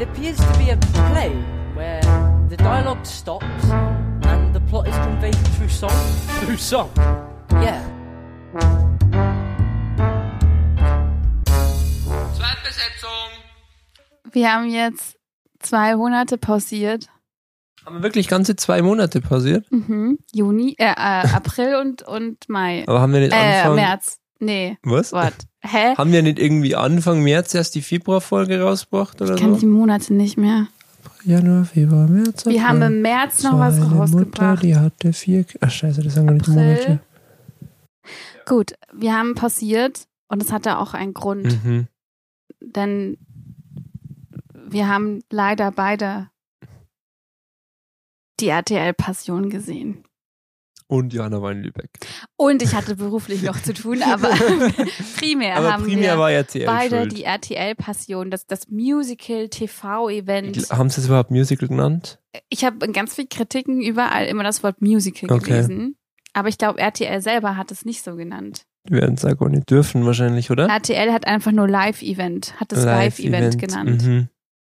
It appears to be a play where the dialogue stops and the plot is conveyed through song. Through song? Yeah. Zweitbesetzung. Wir haben jetzt 2 Monate pausiert. Haben wir wirklich ganze 2 Monate pausiert? April und Mai. Aber haben wir nicht Anfang... März. Nee. Was? Hä? Haben wir nicht irgendwie Anfang März erst die Februarfolge rausgebracht oder Ich kann so? die Monate nicht mehr. Januar, Februar, März. Wir haben im März noch was Seine rausgebracht. Mutter, die hatte 4... Ach scheiße, das sagen wir nicht die April. Monate. Gut, wir haben pausiert und es hatte auch einen Grund. Mhm. Denn wir haben leider beide die RTL-Passion gesehen. Und Johanna war in Lübeck. Und ich hatte beruflich noch zu tun, aber primär haben primär wir war RTL beide schuld. die RTL-Passion, das Musical-TV-Event. Haben sie es überhaupt Musical genannt? Ich habe in ganz vielen Kritiken überall immer das Wort Musical Okay. gelesen, aber ich glaube, RTL selber hat es nicht so genannt. Wir werden es auch nicht dürfen wahrscheinlich, oder? RTL hat einfach nur Live-Event, hat es Live-Event genannt. Mhm.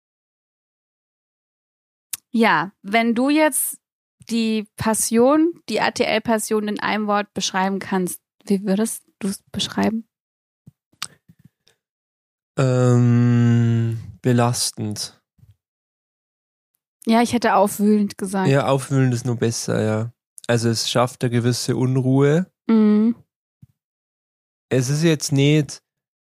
Ja, wenn du jetzt die Passion, die RTL-Passion in einem Wort beschreiben kannst, wie würdest du es beschreiben? Belastend. Ja, ich hätte aufwühlend gesagt. Ja, aufwühlend ist nur besser, ja. Also es schafft eine gewisse Unruhe. Mhm. Es ist jetzt nicht,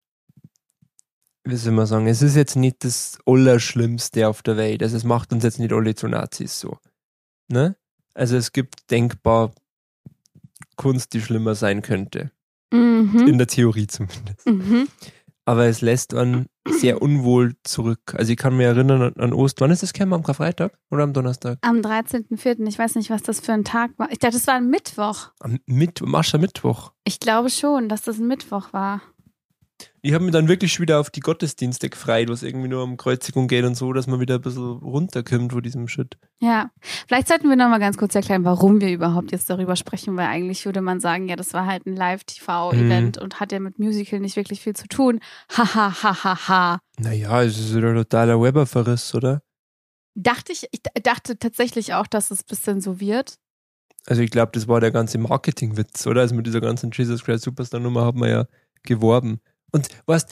wie soll man sagen, es ist jetzt nicht das Allerschlimmste auf der Welt. Also es macht uns jetzt nicht alle zu Nazis so. Ne? Also es gibt denkbar Kunst, die schlimmer sein könnte. Mhm. In der Theorie zumindest. Mhm. Aber es lässt einen sehr unwohl zurück. Also ich kann mich erinnern an Ostern. Wann ist das gekommen? Am Karfreitag oder am Donnerstag? Am 13.04. Ich weiß nicht, was das für ein Tag war. Ich dachte, das war ein Mittwoch. Am Aschermittwoch. Ich glaube schon, dass das ein Mittwoch war. Ich habe mich dann wirklich schon wieder auf die Gottesdienste gefreut, was irgendwie nur um Kreuzigung geht und so, dass man wieder ein bisschen runterkommt von diesem Shit. Ja, vielleicht sollten wir nochmal ganz kurz erklären, warum wir überhaupt jetzt darüber sprechen, weil eigentlich würde man sagen, ja, das war halt ein Live-TV-Event und hat ja mit Musical nicht wirklich viel zu tun. Ha, ha, ha, ha, ha. Naja, es ist wieder totaler Weber-Verriss, oder? Ich dachte tatsächlich auch, dass es ein bisschen so wird. Also ich glaube, das war der ganze Marketingwitz, oder? Also mit dieser ganzen Jesus Christ Superstar-Nummer hat man ja geworben. Und weißt,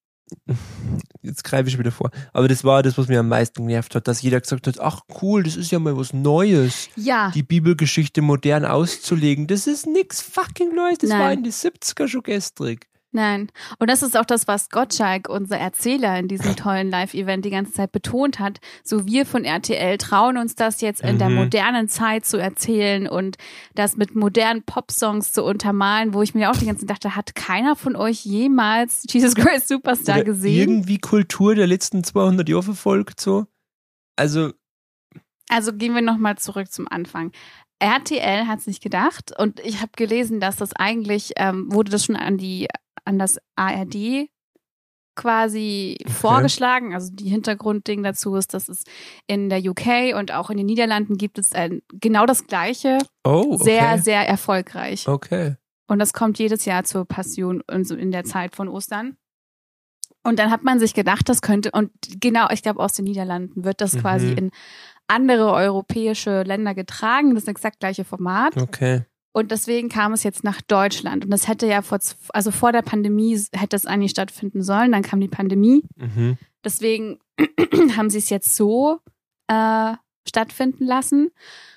jetzt greife ich wieder vor, aber das war das, was mir am meisten genervt hat, dass jeder gesagt hat, ach cool, das ist ja mal was Neues. Ja. Die Bibelgeschichte modern auszulegen, das ist nix fucking Neues, das Nein. war in die 70er schon gestrig. Nein. Und das ist auch das, was Gottschalk, unser Erzähler in diesem tollen Live-Event die ganze Zeit betont hat. So wir von RTL trauen uns das jetzt in der modernen Zeit zu erzählen und das mit modernen Popsongs zu untermalen, wo ich mir auch die ganze Zeit dachte, hat keiner von euch jemals Jesus Christ Superstar Oder gesehen? irgendwie Kultur der letzten 200 Jahre verfolgt, so. Also gehen wir nochmal zurück zum Anfang. RTL hat es nicht gedacht und ich habe gelesen, dass das eigentlich, wurde das schon an das ARD quasi vorgeschlagen. Also die Hintergrundding dazu ist, dass es in der UK und auch in den Niederlanden gibt es genau das Gleiche. oh, okay. Sehr, sehr erfolgreich. Okay. Und das kommt jedes Jahr zur Passion und so in der Zeit von Ostern. Und dann hat man sich gedacht, das könnte, und genau, ich glaube aus den Niederlanden wird das quasi in andere europäische Länder getragen. Das ist exakt gleiche Format. Okay. Und deswegen kam es jetzt nach Deutschland. Und das hätte ja vor der Pandemie hätte es eigentlich stattfinden sollen. Dann kam die Pandemie. Mhm. Deswegen haben sie es jetzt so stattfinden lassen.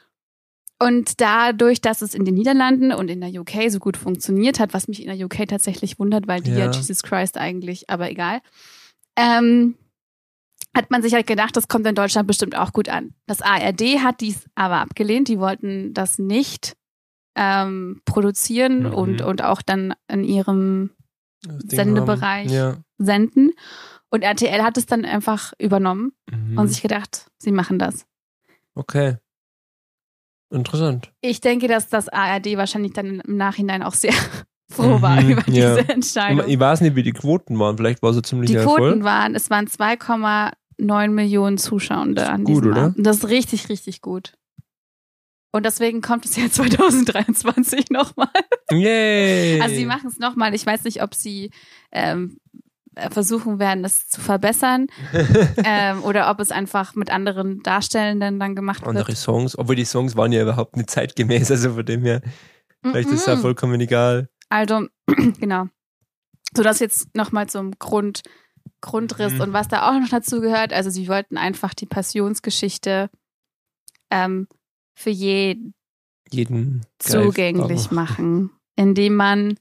Und dadurch, dass es in den Niederlanden und in der UK so gut funktioniert hat, was mich in der UK tatsächlich wundert, weil die ja Jesus Christ eigentlich, aber egal, hat man sich halt gedacht, das kommt in Deutschland bestimmt auch gut an. Das ARD hat dies aber abgelehnt. Die wollten das nicht produzieren und auch dann in ihrem Sendebereich senden. Und RTL hat es dann einfach übernommen und sich gedacht, sie machen das. Okay. Interessant. Ich denke, dass das ARD wahrscheinlich dann im Nachhinein auch sehr froh war über diese Entscheidung. Ich weiß nicht, wie die Quoten waren. Vielleicht war es ziemlich Erfolg. Die Quoten waren 2,9 Millionen Zuschauende an diesem gut, oder? Abend. Das ist richtig, richtig gut. Und deswegen kommt es ja 2023 nochmal. Yay! Also sie machen es nochmal. Ich weiß nicht, ob sie versuchen werden, es zu verbessern oder ob es einfach mit anderen Darstellenden dann gemacht wird. Andere Songs, obwohl die Songs waren ja überhaupt nicht zeitgemäß, also von dem her, vielleicht ist es ja vollkommen egal. Also, genau. So, das jetzt nochmal zum Grundriss und was da auch noch dazu gehört. Also, sie wollten einfach die Passionsgeschichte für jeden zugänglich machen, indem man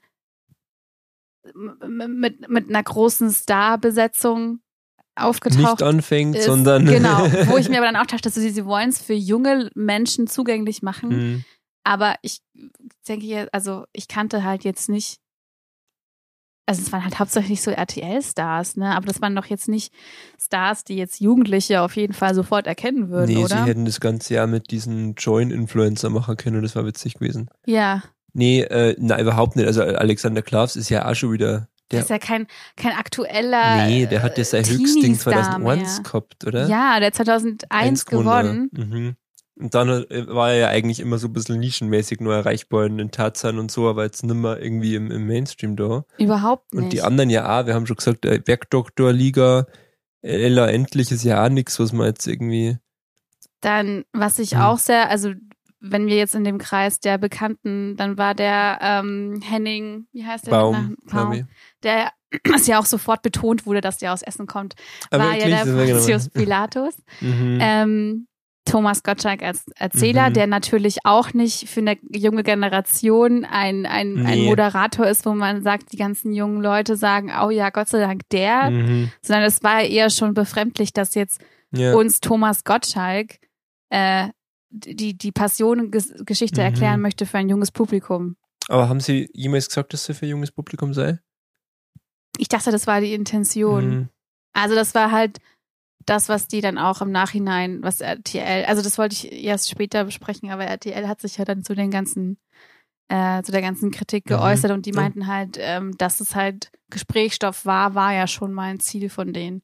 mit einer großen Starbesetzung aufgetaucht nicht anfängt, ist. sondern Genau, wo ich mir aber dann auch dachte, sie wollen es für junge Menschen zugänglich machen. Aber ich denke, also ich kannte halt jetzt nicht, also es waren halt hauptsächlich so RTL-Stars, ne? Aber das waren doch jetzt nicht Stars, die jetzt Jugendliche auf jeden Fall sofort erkennen würden, nee, oder? sie hätten das ganze Jahr mit diesen Join-Influencer machen können, das war witzig gewesen. Ja. Nee, nein, überhaupt nicht. Also Alexander Klavs ist ja auch schon wieder... Der ist ja kein aktueller Nee, der hat ja sein Höchstding 2001 gehabt, oder? Ja, der 2001 gewonnen. Mhm. Und dann war er ja eigentlich immer so ein bisschen nischenmäßig nur erreichbar in den Tarzan und so, aber jetzt nicht mehr irgendwie im Mainstream da. Überhaupt nicht. Und die anderen ja auch, wir haben schon gesagt, Werkdoktorliga, Ella Endlich ist ja auch nichts, was man jetzt irgendwie... Dann, was ich auch sehr, also wenn wir jetzt in dem Kreis der Bekannten, dann war der Henning, wie heißt der? Baum, glaube ich. Der, was ja auch sofort betont wurde, dass der aus Essen kommt, Aber war ja der Pontius Pilatus. Thomas Gottschalk als Erzähler, der natürlich auch nicht für eine junge Generation ein Moderator ist, wo man sagt, die ganzen jungen Leute sagen, oh ja, Gott sei Dank der, sondern es war eher schon befremdlich, dass jetzt uns Thomas Gottschalk die Passion-Geschichte erklären möchte für ein junges Publikum. Aber haben Sie jemals gesagt, dass sie für ein junges Publikum sei? Ich dachte, das war die Intention. Also das war halt das, was die dann auch im Nachhinein, was RTL, also das wollte ich erst später besprechen, aber RTL hat sich ja dann zu der ganzen Kritik geäußert und die meinten halt, dass es halt Gesprächsstoff war ja schon mal ein Ziel von denen.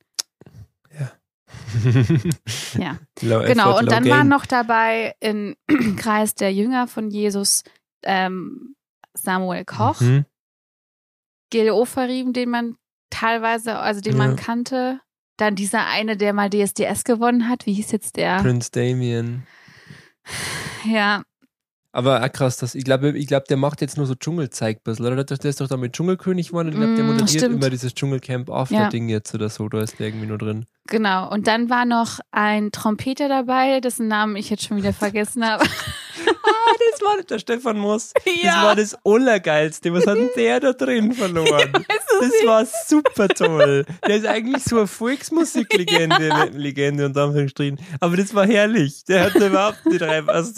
Ja. Genau, und dann war noch dabei im Kreis der Jünger von Jesus Samuel Koch, Gil Ofarim, den man teilweise, also den man kannte. Dann dieser eine, der mal DSDS gewonnen hat. Wie hieß jetzt der? Prince Damien. Ja. Aber krass, ich glaube, der macht jetzt nur so Dschungelzeig ein bisschen, oder? Der ist doch da mit Dschungelkönig geworden. Ich glaube, der moderiert immer dieses Dschungelcamp After-Ding jetzt oder so. Da ist der irgendwie nur drin. Genau. Und dann war noch ein Trompeter dabei, dessen Namen ich jetzt schon wieder vergessen habe. Das war der Stefan Moss. Ja. Das war das Allergeilste. Was hat denn der da drin verloren? Das war super toll. Der ist eigentlich so eine Volksmusiklegende, Legende unter Anführungsstrichen. Aber das war herrlich. Der hat da überhaupt nicht reinpasst.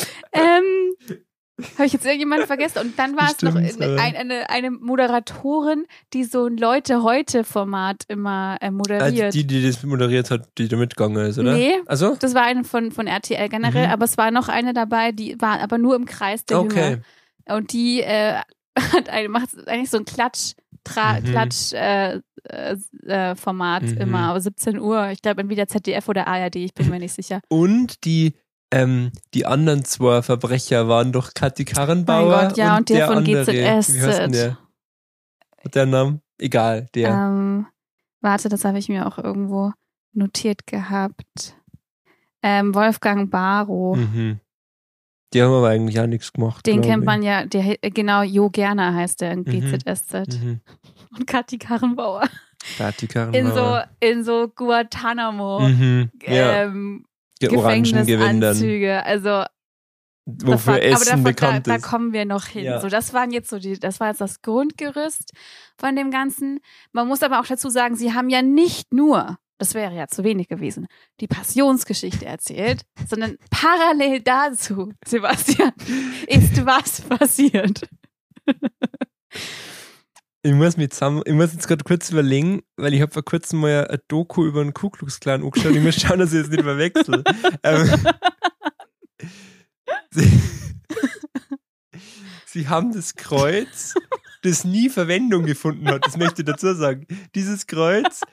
Habe ich jetzt irgendjemanden vergessen? Und dann war es noch eine Moderatorin, die so ein Leute-heute-Format immer moderiert. Also die das moderiert hat, die da mitgegangen ist, oder? Nee, also? Das war eine von RTL generell, aber es war noch eine dabei, die war aber nur im Kreis der Jünger. Und die macht eigentlich so ein Format immer, aber 17 Uhr. Ich glaube entweder ZDF oder ARD, ich bin mir nicht sicher. Und die anderen zwei Verbrecher waren doch Kathi Karrenbauer. Mein Gott, ja, und der von andere. GZS. Wie heißt denn der? Hat der Name? Egal, der. Warte, das habe ich mir auch irgendwo notiert gehabt. Wolfgang Barrow. Die haben aber eigentlich auch nichts gemacht. Den kennt man ja, genau, Jo Gerner heißt der in GZSZ. Und Kathi Karrenbauer. In so Guantanamo. Gefängnisanzüge, also wofür Essen bekannt ist. Da kommen wir noch hin. Ja. So, das war jetzt das Grundgerüst von dem Ganzen. Man muss aber auch dazu sagen, sie haben ja nicht nur, das wäre ja zu wenig gewesen, die Passionsgeschichte erzählt, sondern parallel dazu, Sebastian, ist was passiert. Ich muss jetzt gerade kurz überlegen, weil ich habe vor kurzem mal ein Doku über den Ku Klux Klan angeschaut. Ich muss schauen, dass ich das nicht verwechsel. Sie haben das Kreuz, das nie Verwendung gefunden hat, das möchte ich dazu sagen. Dieses Kreuz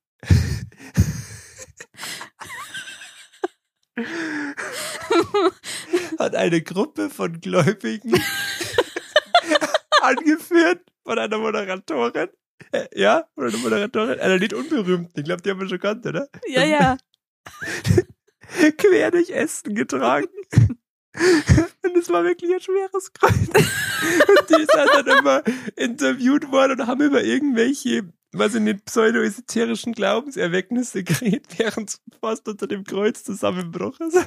hat eine Gruppe von Gläubigen angeführt von einer Moderatorin, Ja, oder eine Moderatorin, einer nicht unberühmten. Ich glaube, die haben wir schon gekannt, oder? Ja, ja. Quer durch Essen getragen. Und es war wirklich ein schweres Kreuz. Und die sind dann immer interviewt worden und haben über irgendwelche, weiß ich nicht, pseudo-esoterischen Glaubenserwecknisse geredet, während sie fast unter dem Kreuz zusammengebrochen sind.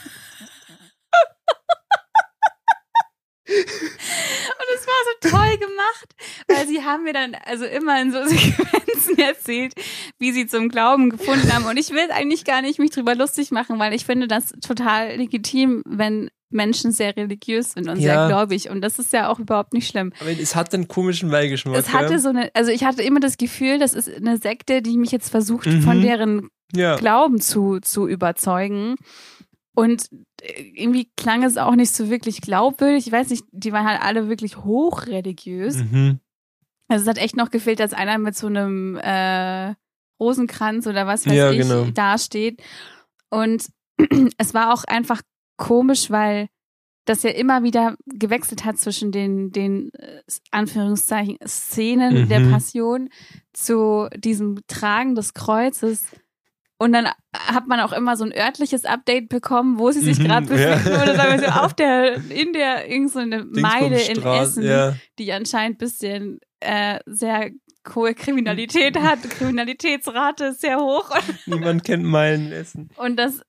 Und es war so toll gemacht, weil sie haben mir dann also immer in so Sequenzen erzählt, wie sie zum Glauben gefunden haben. Und ich will eigentlich gar nicht mich drüber lustig machen, weil ich finde das total legitim, wenn Menschen sehr religiös sind und sehr gläubig. Und das ist ja auch überhaupt nicht schlimm. Aber es hat einen komischen Beigeschmack. Es hatte so eine, also ich hatte immer das Gefühl, das ist eine Sekte, die mich jetzt versucht, von deren Glauben zu überzeugen. Und irgendwie klang es auch nicht so wirklich glaubwürdig. Ich weiß nicht, die waren halt alle wirklich hochreligiös. Also es hat echt noch gefehlt, dass einer mit so einem Rosenkranz oder was weiß ich dasteht. Und es war auch einfach komisch, weil das ja immer wieder gewechselt hat zwischen den Anführungszeichen Szenen der Passion zu diesem Tragen des Kreuzes. Und dann hat man auch immer so ein örtliches Update bekommen, wo sie sich gerade befinden. Oder sagen wir so irgend so eine Meile in Essen, die anscheinend ein bisschen sehr hohe Kriminalität hat. Kriminalitätsrate ist sehr hoch. Niemand kennt Meilen in Essen. Und das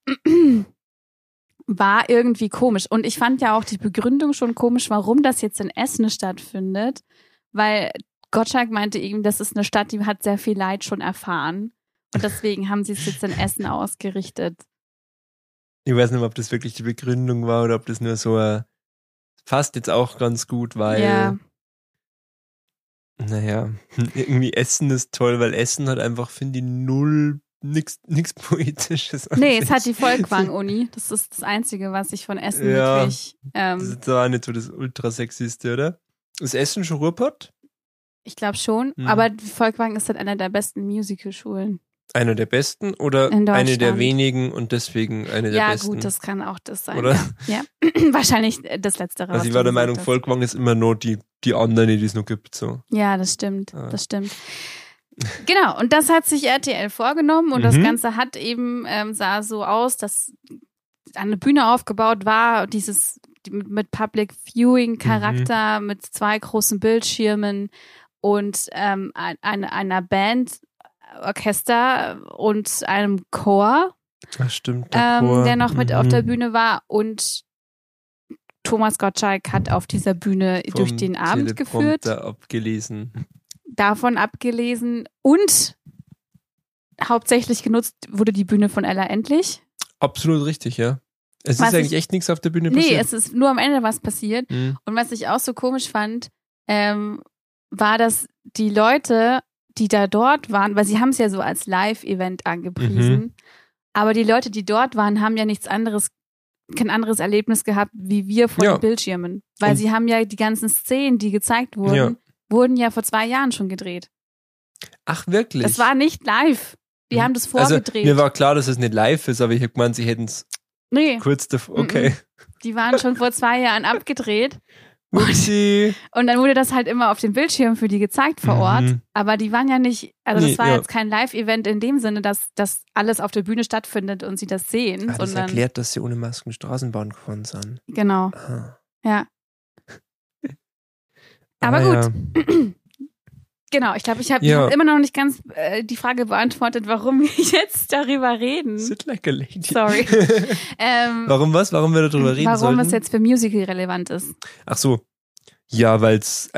war irgendwie komisch. Und ich fand ja auch die Begründung schon komisch, warum das jetzt in Essen stattfindet. Weil Gottschalk meinte eben, das ist eine Stadt, die hat sehr viel Leid schon erfahren. Und deswegen haben sie es jetzt in Essen ausgerichtet. Ich weiß nicht, ob das wirklich die Begründung war oder ob das nur so passt jetzt auch ganz gut, weil naja, irgendwie Essen ist toll, weil Essen hat einfach, finde ich, nichts Poetisches. Nee, es hat die Volkwang-Uni. Das ist das Einzige, was ich von Essen wirklich... das ist auch nicht so das Ultrasexiste, oder? Ist Essen schon Ruhrpott? Ich glaube schon, aber die Volkwang ist halt einer der besten Musicalschulen. Einer der besten oder eine der wenigen und deswegen eine der besten? Ja gut, das kann auch das sein. Oder? Ja. Wahrscheinlich das Letztere. Also ich war der Meinung, Volkwang ist immer nur die andere, die es noch gibt. So. Ja, das stimmt. Das stimmt. Genau, und das hat sich RTL vorgenommen und das Ganze hat eben, sah so aus, dass eine Bühne aufgebaut war, mit Public Viewing Charakter, mit 2 großen Bildschirmen und einer Band, Orchester und einem Chor, Ach, stimmt, Chor. der noch mit auf der Bühne war, und Thomas Gottschalk hat auf dieser Bühne durch den Abend geführt. Davon abgelesen und hauptsächlich genutzt wurde die Bühne von Ella Endlich. Absolut richtig, ja. Es ist eigentlich echt nichts auf der Bühne passiert. Nee, es ist nur am Ende was passiert. Und was ich auch so komisch fand, war, dass die Leute, die dort waren, weil sie haben es ja so als Live-Event angepriesen, aber die Leute, die dort waren, haben ja kein anderes Erlebnis gehabt, wie wir vor den Bildschirmen. Weil sie haben ja die ganzen Szenen, die gezeigt wurden ja vor 2 Jahren schon gedreht. Ach, wirklich? Das war nicht live. Die haben das vorgedreht. Also, mir war klar, dass es nicht live ist, aber ich habe gemeint, sie hätten es kurz davor. Okay. Die waren schon vor 2 Jahren abgedreht. Und dann wurde das halt immer auf dem Bildschirm für die gezeigt vor Ort. Aber die waren ja nicht, also das war jetzt kein Live-Event in dem Sinne, dass das alles auf der Bühne stattfindet und sie das sehen. Das erklärt, dass sie ohne Masken Straßenbahn gefahren sind. Genau. Ja. Aber gut. Ja. Genau, ich glaube, ich habe immer noch nicht ganz die Frage beantwortet, warum wir jetzt darüber reden. Sit like a lady. Sorry. Warum was? Warum wir darüber reden warum sollten? Es jetzt für Musical relevant ist. Ach so. Ja, weil es,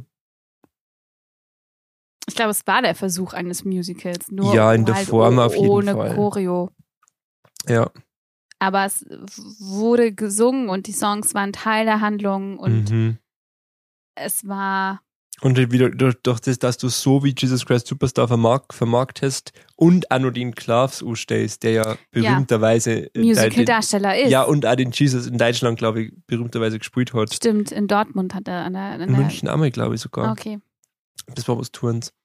ich glaube, es war der Versuch eines Musicals. Nur in der Form auf jeden Fall. Ohne Choreo. Ja. Aber es wurde gesungen und die Songs waren Teil der Handlung und es war... Und wieder durch das, dass du so wie Jesus Christ Superstar vermarktest und auch noch den Klavs ausstellst, der ja berühmterweise Musical-Darsteller ist. Ja, und auch den Jesus in Deutschland, glaube ich, berühmterweise gespielt hat. Stimmt, in Dortmund hat er an der München einmal, glaube ich sogar. Okay. Das war was Turns.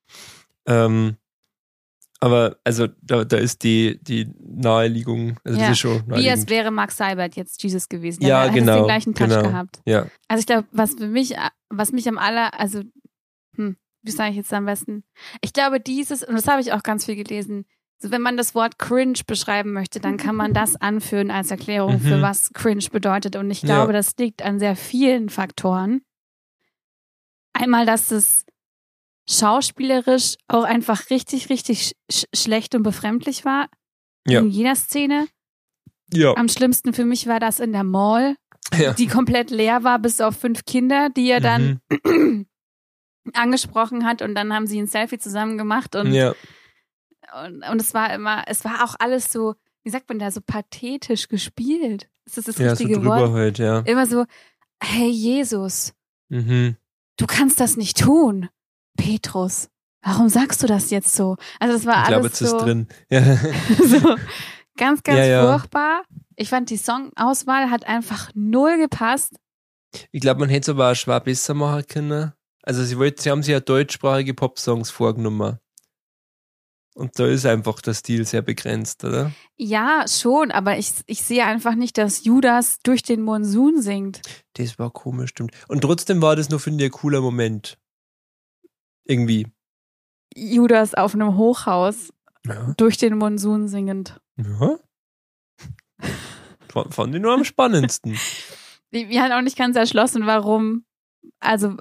Aber also da ist die Naheligung, also das ist schon naheliegend. Wie es wäre Mark Seibert jetzt Jesus gewesen. Ja, er genau. Hat den gleichen Touch gehabt. Ja. Also ich glaube, was mich am wie sage ich jetzt am besten? Ich glaube, und das habe ich auch ganz viel gelesen, so, wenn man das Wort cringe beschreiben möchte, dann kann man das anführen als Erklärung für was cringe bedeutet. Und ich glaube, das liegt an sehr vielen Faktoren. Einmal, dass es schauspielerisch auch einfach richtig, richtig schlecht und befremdlich war. Ja. In jeder Szene. Ja. Am schlimmsten für mich war das in der Mall, die komplett leer war, bis auf 5 Kinder, die er dann angesprochen hat. Und dann haben sie ein Selfie zusammen gemacht. Und es war auch alles so, wie sagt man da, so pathetisch gespielt. Ist das richtige so Wort? Halt, ja. Immer so, hey Jesus, Mhm. du kannst das nicht tun. Petrus, warum sagst du das jetzt so? Also das war Ich glaube, alles es so, ist drin. Ja. so ganz, ganz Ja. furchtbar. Ich fand, die Songauswahl hat einfach null gepasst. Ich glaube, man hätte es aber auch schwer besser machen können. Also sie haben sich ja deutschsprachige Popsongs vorgenommen. Und da ist einfach der Stil sehr begrenzt, oder? Ja, schon, aber ich sehe einfach nicht, dass Judas durch den Monsun singt. Das war komisch, stimmt. Und trotzdem war das noch, finde ich, ein cooler Moment. Irgendwie. Judas auf einem Hochhaus Ja. durch den Monsun singend. Ja. Fand ich nur am spannendsten. Wir haben auch nicht ganz erschlossen, warum. Also,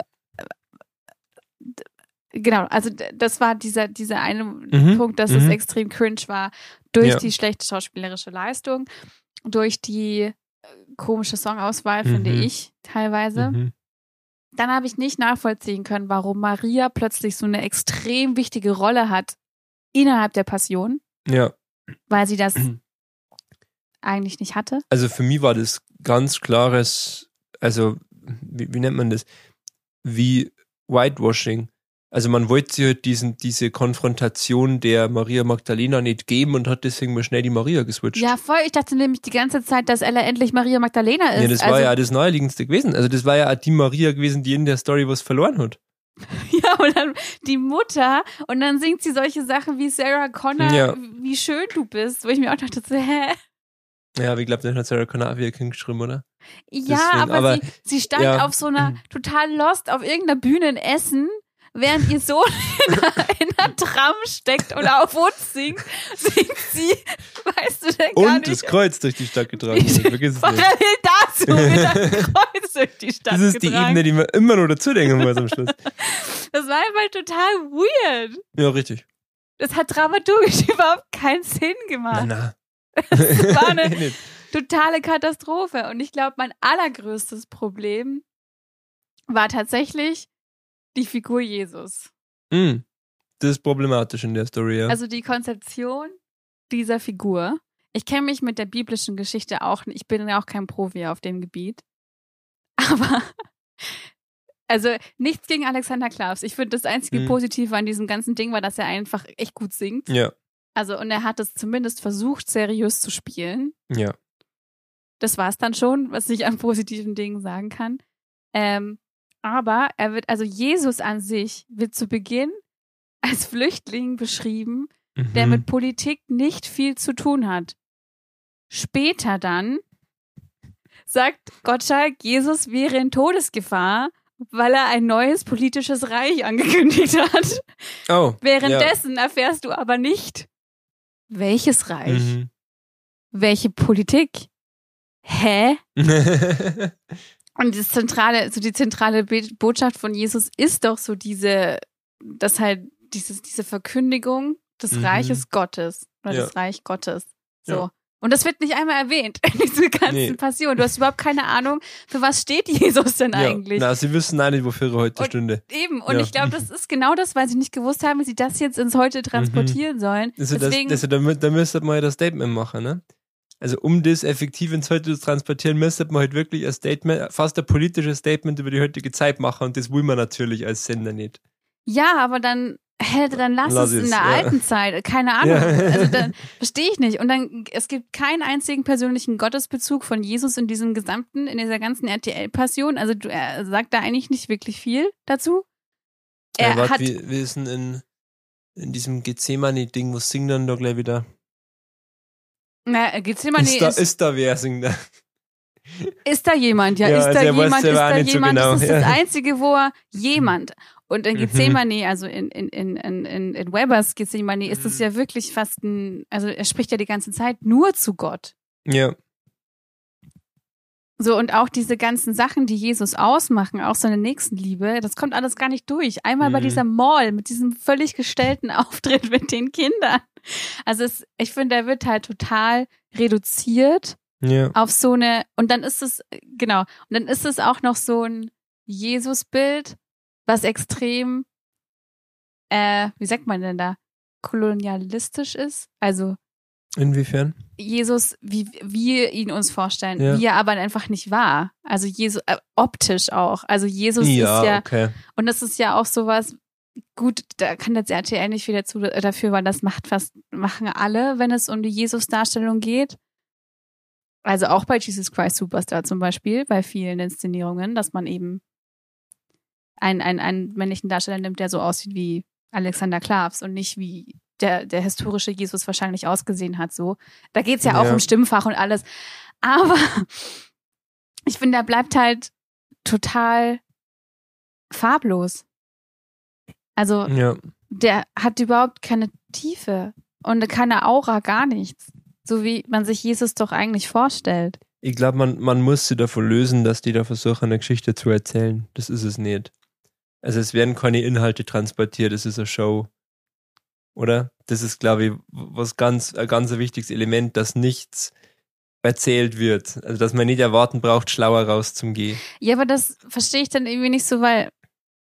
genau, also das war dieser eine Punkt, dass es extrem cringe war. Durch die schlechte schauspielerische Leistung, durch die komische Songauswahl, finde ich, teilweise. Dann habe ich nicht nachvollziehen können, warum Maria plötzlich so eine extrem wichtige Rolle hat innerhalb der Passion. Ja. Weil sie das eigentlich nicht hatte. Also für mich war das ganz klares, also wie nennt man das? Wie Whitewashing. Also man wollte sich halt diese Konfrontation der Maria Magdalena nicht geben und hat deswegen mal schnell die Maria geswitcht. Ja, voll. Ich dachte nämlich die ganze Zeit, dass Ella endlich Maria Magdalena ist. Ja, das war ja das Naheliegendste gewesen. Also das war ja auch die Maria gewesen, die in der Story was verloren hat. Ja, und dann die Mutter und dann singt sie solche Sachen wie Sarah Connor, wie schön du bist, wo ich mir auch dachte, so, hä? Ja, aber ich glaube, dann hat Sarah Connor auch wie ein Kind geschrieben, oder? Ja, Deswegen, aber sie stand auf so einer total lost auf irgendeiner Bühne in Essen, während ihr Sohn in einer Tram steckt und auf uns singt sie, weißt du denn gar nicht. Und das Kreuz durch die Stadt getragen wird. Vergiss es nicht. Parallel dazu wird ein Kreuz durch die Stadt getragen. Das ist die Ebene, die man immer noch dazu denken muss am Schluss. Das war einfach total weird. Ja, richtig. Das hat dramaturgisch überhaupt keinen Sinn gemacht. Na. Das war eine totale Katastrophe. Und ich glaube, mein allergrößtes Problem war tatsächlich die Figur Jesus. Das ist problematisch in der Story, ja. Also die Konzeption dieser Figur. Ich kenne mich mit der biblischen Geschichte auch nicht. Ich bin ja auch kein Profi auf dem Gebiet. Aber, also nichts gegen Alexander Klavs. Ich finde, das einzige Positive an diesem ganzen Ding war, dass er einfach echt gut singt. Ja. Also, und er hat es zumindest versucht, seriös zu spielen. Ja. Das war es dann schon, was ich an positiven Dingen sagen kann. Aber Jesus an sich wird zu Beginn als Flüchtling beschrieben, der mit Politik nicht viel zu tun hat. Später dann sagt Gottschalk, Jesus wäre in Todesgefahr, weil er ein neues politisches Reich angekündigt hat. Oh. Währenddessen erfährst du aber nicht, welches Reich, welche Politik. Hä? Und die zentrale Botschaft von Jesus ist doch so diese Verkündigung des Reiches Gottes oder des Reich Gottes. So. Ja. Und das wird nicht einmal erwähnt in dieser ganzen Passion. Du hast überhaupt keine Ahnung, für was steht Jesus denn eigentlich. Na, sie wissen auch nicht, wofür er heute stünde. Eben, und ich glaube, das ist genau das, weil sie nicht gewusst haben, wie sie das jetzt ins Heute transportieren sollen. Da müsste man halt ein Statement machen, ne? Also um das effektiv ins Heute zu transportieren, müsste man halt wirklich ein Statement, fast ein politisches Statement über die heutige Zeit machen und das will man natürlich als Sender nicht. Ja, aber dann lass es in der alten Zeit. Keine Ahnung. Ja. Also dann verstehe ich nicht. Und dann, es gibt keinen einzigen persönlichen Gottesbezug von Jesus in dieser ganzen RTL-Passion. Also er sagt da eigentlich nicht wirklich viel dazu. Wir sind in diesem Gethsemane-Ding, wo singen dann da gleich wieder. Na, Gethsemane ist da wer singt da? Ist da jemand? Ja, ist da jemand? Ist da jemand? Das ist das Einzige, wo er jemand. Und in Gethsemane, also in Webers Gethsemane, ist es ja wirklich fast also er spricht ja die ganze Zeit nur zu Gott. Ja. So, und auch diese ganzen Sachen, die Jesus ausmachen, auch seine Nächstenliebe, das kommt alles gar nicht durch. Einmal bei dieser Mall mit diesem völlig gestellten Auftritt mit den Kindern. Also ich finde, er wird halt total reduziert auf so eine, und dann ist es, genau, und dann ist es auch noch so ein Jesus-Bild, was extrem, wie sagt man denn da, kolonialistisch ist. Also inwiefern? Jesus, wie wir ihn uns vorstellen, wie er aber einfach nicht war. Also Jesus, optisch auch. Also Jesus ist ja, okay. Und das ist ja auch sowas, gut, da kann jetzt RTL nicht viel dafür, weil das machen alle, wenn es um die Jesus-Darstellung geht. Also auch bei Jesus Christ Superstar zum Beispiel, bei vielen Inszenierungen, dass man eben einen männlichen Darsteller nimmt, der so aussieht wie Alexander Klavs und nicht wie der historische Jesus wahrscheinlich ausgesehen hat, so. Da geht's ja auch um Stimmfach und alles. Aber ich finde, er bleibt halt total farblos. Also, der hat überhaupt keine Tiefe und keine Aura, gar nichts. So wie man sich Jesus doch eigentlich vorstellt. Ich glaube, man muss sich davon lösen, dass die da versuchen, eine Geschichte zu erzählen. Das ist es nicht. Also es werden keine Inhalte transportiert, es ist eine Show. Oder? Das ist, glaube ich, ein ganz wichtiges Element, dass nichts erzählt wird. Also, dass man nicht erwarten braucht, schlauer rauszugehen. Ja, aber das verstehe ich dann irgendwie nicht so, weil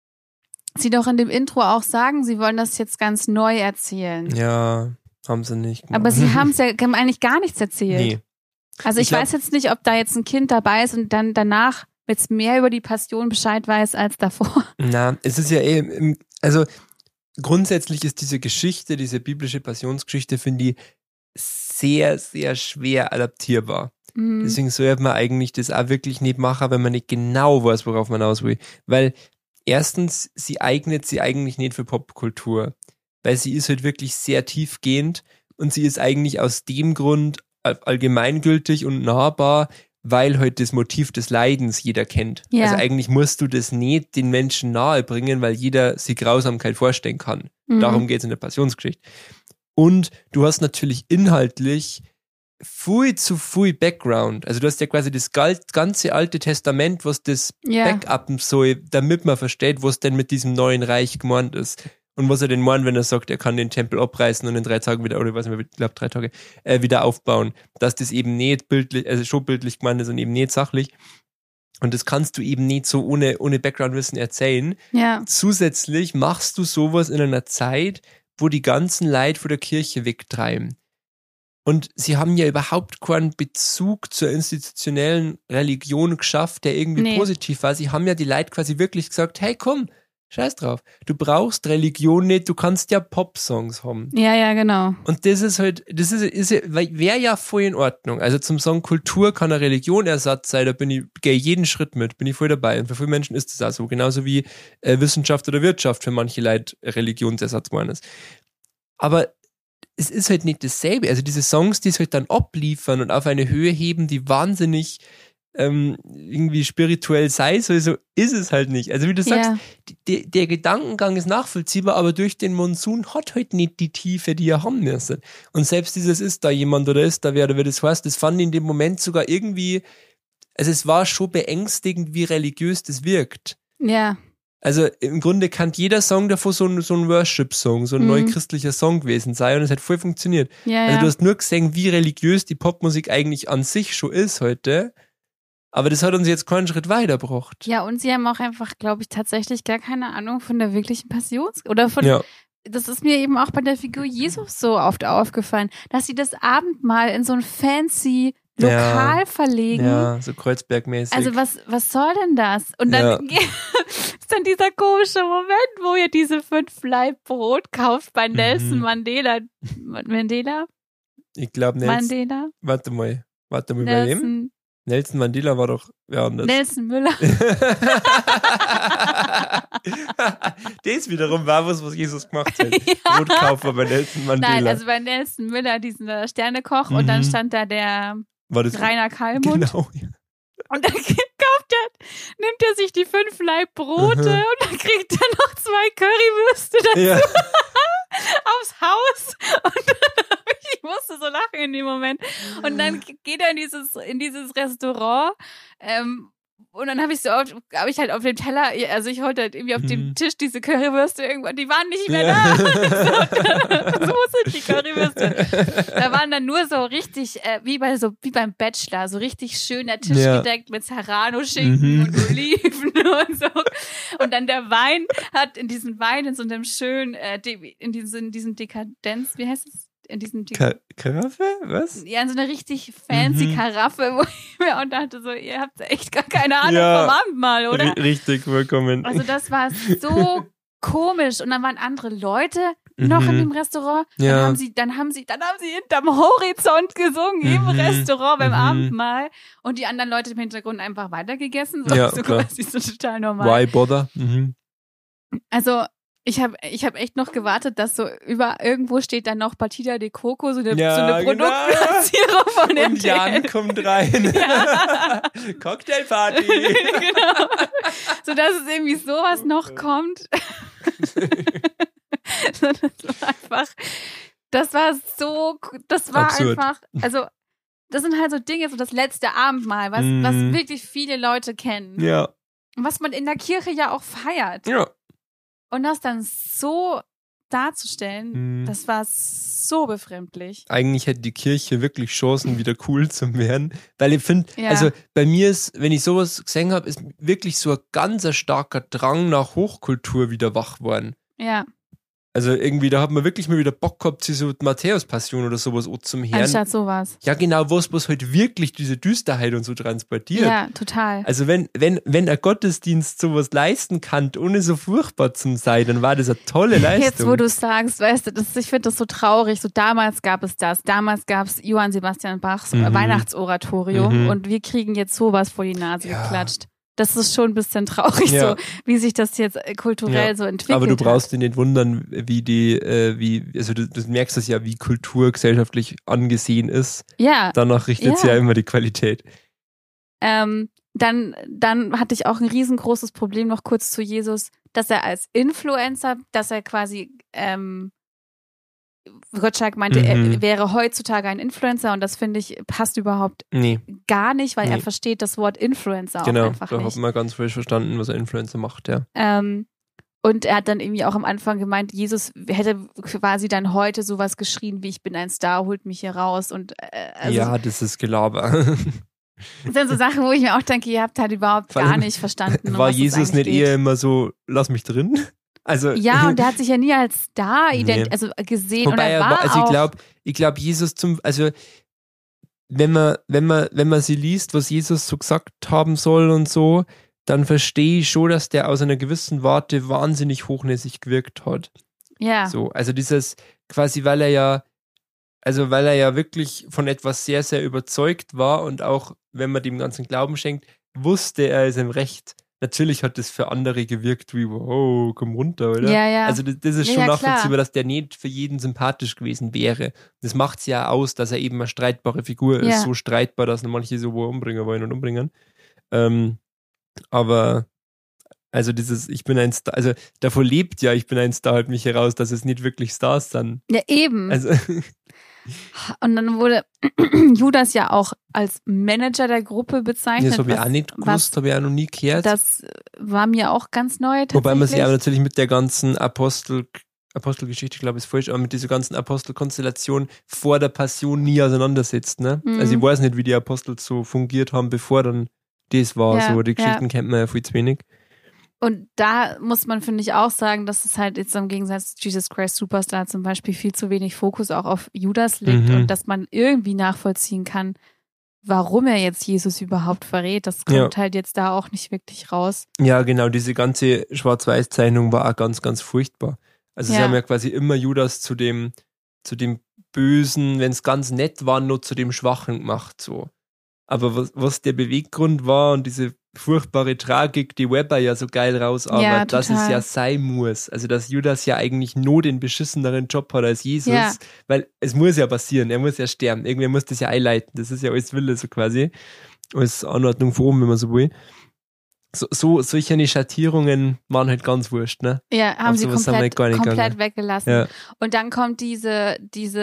sie doch in dem Intro auch sagen, sie wollen das jetzt ganz neu erzählen. Ja, haben sie nicht gemacht. Aber sie haben eigentlich gar nichts erzählt. Nee. Also ich weiß jetzt nicht, ob da jetzt ein Kind dabei ist und dann danach jetzt mehr über die Passion Bescheid weiß als davor. Na, es ist ja also grundsätzlich ist diese Geschichte, diese biblische Passionsgeschichte, finde ich, sehr, sehr schwer adaptierbar. Deswegen sollte man eigentlich das auch wirklich nicht machen, wenn man nicht genau weiß, worauf man aus will. Weil erstens, sie eignet sich eigentlich nicht für Popkultur. Weil sie ist halt wirklich sehr tiefgehend und sie ist eigentlich aus dem Grund allgemeingültig und nahbar, weil halt das Motiv des Leidens jeder kennt. Ja. Also eigentlich musst du das nicht den Menschen nahe bringen, weil jeder sich Grausamkeit vorstellen kann. Darum geht es in der Passionsgeschichte. Und du hast natürlich inhaltlich viel zu viel Background. Also du hast ja quasi das ganze Alte Testament, was das backuppen soll, damit man versteht, was denn mit diesem neuen Reich gemeint ist. Und was er denn meint, wenn er sagt, er kann den Tempel abreißen und in 3 Tagen wieder, oder ich weiß nicht, ich glaube 3 Tage, wieder aufbauen. Dass das eben nicht bildlich, also schon bildlich gemeint ist und eben nicht sachlich. Und das kannst du eben nicht so ohne Background-Wissen erzählen. Ja. Zusätzlich machst du sowas in einer Zeit, wo die ganzen Leute von der Kirche wegtreiben. Und sie haben ja überhaupt keinen Bezug zur institutionellen Religion geschafft, der irgendwie positiv war. Sie haben ja die Leute quasi wirklich gesagt, hey komm, scheiß drauf. Du brauchst Religion nicht, du kannst ja Pop-Songs haben. Ja, genau. Und das ist halt, wäre ja voll in Ordnung. Also zum Sagen, Kultur kann eine Religion Ersatz sein, da gehe jeden Schritt mit, bin ich voll dabei. Und für viele Menschen ist das auch so. Genauso wie Wissenschaft oder Wirtschaft für manche Leute Religionsersatz meinen ist. Aber es ist halt nicht dasselbe. Also diese Songs, die es halt dann abliefern und auf eine Höhe heben, die wahnsinnig irgendwie spirituell sei, so ist es halt nicht. Also wie du sagst, der Gedankengang ist nachvollziehbar, aber durch den Monsun hat halt nicht die Tiefe, die er haben müssen. Und selbst dieses ist da jemand oder ist da wer oder wie das heißt, das fand ich in dem Moment sogar irgendwie, also es war schon beängstigend, wie religiös das wirkt. Ja. Also im Grunde kann jeder Song davor so ein Worship-Song, so ein neuchristlicher Song gewesen sein und es hat voll funktioniert. Ja, also du hast nur gesehen, wie religiös die Popmusik eigentlich an sich schon ist heute. Aber das hat uns jetzt keinen Schritt weitergebracht. Ja, und sie haben auch einfach, glaube ich, tatsächlich gar keine Ahnung von der wirklichen Passions- oder von, das ist mir eben auch bei der Figur Jesus so oft aufgefallen, dass sie das Abendmahl in so ein fancy Lokal verlegen. Ja, so Kreuzberg-mäßig. Also was soll denn das? Und dann ist dann dieser komische Moment, wo ihr diese 5 Laib Brot kauft bei Nelson Mandela. Mandela? Ich glaube Mandela? Warte mal bei wem? Nelson Mandela war doch wer anders. Nelson Müller. Das wiederum war was Jesus gemacht hat. Brotkaufer bei Nelson Mandela. Nein, also bei Nelson Müller, diesen Sternekoch, und dann stand da der war das Rainer Kallmund. Genau. Und dann kauft nimmt er sich die 5 Laib Brote und dann kriegt er noch 2 Currywürste dazu Ja. aufs Haus. Und dann ich musste so lachen in dem Moment. Und dann geht er in dieses Restaurant. Und dann habe ich halt auf dem Teller, also ich holte halt irgendwie auf dem Tisch diese Currywürste irgendwann, die waren nicht mehr da. So sind die Currywürste. Da waren dann nur so richtig, wie beim Bachelor, so richtig schön der Tisch gedeckt mit Serrano-Schinken und Oliven und so. Und dann der Wein hat in so einem schönen, in diesem Dekadenz, wie heißt es? In diesem Karaffe? Was? Ja, in so einer richtig fancy Karaffe, wo ich mir auch dachte, so, ihr habt echt gar keine Ahnung vom Abendmahl, oder? Richtig, vollkommen. Also das war so komisch. Und dann waren andere Leute noch in dem Restaurant. Ja. Dann haben sie hinterm Horizont gesungen im Restaurant beim Abendmahl. Und die anderen Leute im Hintergrund einfach weitergegessen. So quasi so total normal. Why bother? Also ich hab echt noch gewartet, dass so irgendwo steht dann noch Batida de Coco, so eine Produktplatzierung von dem Und Jan kommt rein. Ja. Cocktailparty. Genau. So dass es irgendwie sowas noch kommt. Das war absurd. einfach, also das sind halt so Dinge, so das letzte Abendmahl, was wirklich viele Leute kennen. Ja. Und was man in der Kirche ja auch feiert. Ja. Und das dann so darzustellen, das war so befremdlich. Eigentlich hätte die Kirche wirklich Chancen, wieder cool zu werden. Weil ich finde, also bei mir ist, wenn ich sowas gesehen habe, ist wirklich so ein ganz starker Drang nach Hochkultur wieder wach worden. Ja. Also irgendwie, da hat man wirklich mal wieder Bock gehabt, so Matthäus-Passion oder sowas zum Herrn. Anstatt sowas. Ja, genau, was halt wirklich diese Düsterheit und so transportiert. Ja, total. Also wenn ein Gottesdienst sowas leisten kann, ohne so furchtbar zu sein, dann war das eine tolle Leistung. Jetzt, wo du sagst, weißt du, ich finde das so traurig. So damals gab es das. Damals gab es Johann Sebastian Bachs Weihnachtsoratorium und wir kriegen jetzt sowas vor die Nase geklatscht. Das ist schon ein bisschen traurig, so wie sich das jetzt kulturell so entwickelt. Aber du brauchst dich nicht wundern, also du merkst das ja, wie Kultur gesellschaftlich angesehen ist. Ja. Danach richtet sich ja immer die Qualität. Dann hatte ich auch ein riesengroßes Problem noch kurz zu Jesus, dass er als Influencer, dass er quasi Gottschalk meinte, er wäre heutzutage ein Influencer und das finde ich passt überhaupt gar nicht, weil er versteht das Wort Influencer auch einfach nicht. Genau, da hat man ganz frisch verstanden, was ein Influencer macht, ja. Und er hat dann irgendwie auch am Anfang gemeint, Jesus hätte quasi dann heute sowas geschrien wie, ich bin ein Star, holt mich hier raus. Und ja, das ist Gelaber. Das sind so Sachen, wo ich mir auch denke, ihr habt halt überhaupt gar nicht verstanden. War Jesus nicht eher immer so, lass mich drin? Also, ja, und der hat sich ja nie als Star gesehen. Wobei und er war ich glaube, Jesus wenn man sie liest, was Jesus so gesagt haben soll und so, dann verstehe ich schon, dass der aus einer gewissen Warte wahnsinnig hochnäsig gewirkt hat. Ja. So, also dieses, quasi, weil er ja wirklich von etwas sehr, sehr überzeugt war und auch, wenn man dem ganzen Glauben schenkt, wusste, er ist im Recht. Natürlich hat das für andere gewirkt wie, wow, komm runter, oder? Ja, ja. Also das ist schon nachvollziehbar, dass der nicht für jeden sympathisch gewesen wäre. Das macht es ja aus, dass er eben eine streitbare Figur ist. So streitbar, dass manche so umbringen wollen und umbringen. Aber also ich bin ein Star, also davor lebt ja, ich bin ein Star, halt mich heraus, dass es nicht wirklich Stars sind. Ja, eben. Also und dann wurde Judas ja auch als Manager der Gruppe bezeichnet. Das habe ich auch nicht gewusst, habe ich auch noch nie gehört. Das war mir auch ganz neu tatsächlich. Wobei man sich aber natürlich mit der ganzen Apostelgeschichte, glaube ich, ist falsch, aber mit dieser ganzen Apostelkonstellation vor der Passion nie auseinandersetzt. Ne? Also ich weiß nicht, wie die Apostel so fungiert haben, bevor dann das war. So die Geschichten kennt man ja viel zu wenig. Und da muss man, finde ich, auch sagen, dass es halt jetzt im Gegensatz zu Jesus Christ Superstar zum Beispiel viel zu wenig Fokus auch auf Judas legt und dass man irgendwie nachvollziehen kann, warum er jetzt Jesus überhaupt verrät. Das kommt halt jetzt da auch nicht wirklich raus. Ja, genau, diese ganze Schwarz-Weiß-Zeichnung war auch ganz, ganz furchtbar. Also sie haben ja quasi immer Judas zu dem Bösen, wenn es ganz nett war, nur zu dem Schwachen gemacht, so. Aber was der Beweggrund war und diese furchtbare Tragik, die Webber ja so geil rausarbeitet, dass es ja sein muss. Also, dass Judas ja eigentlich nur den beschisseneren Job hat als Jesus, weil es muss ja passieren, er muss ja sterben. Irgendwer muss das ja einleiten. Das ist ja alles Wille, so quasi. Als Anordnung von oben, wenn man so will. solche Schattierungen waren halt ganz wurscht, ne? Ja, haben Auf sie sowas haben wir gar nicht komplett gegangen. weggelassen. Ja. Und dann kommt diese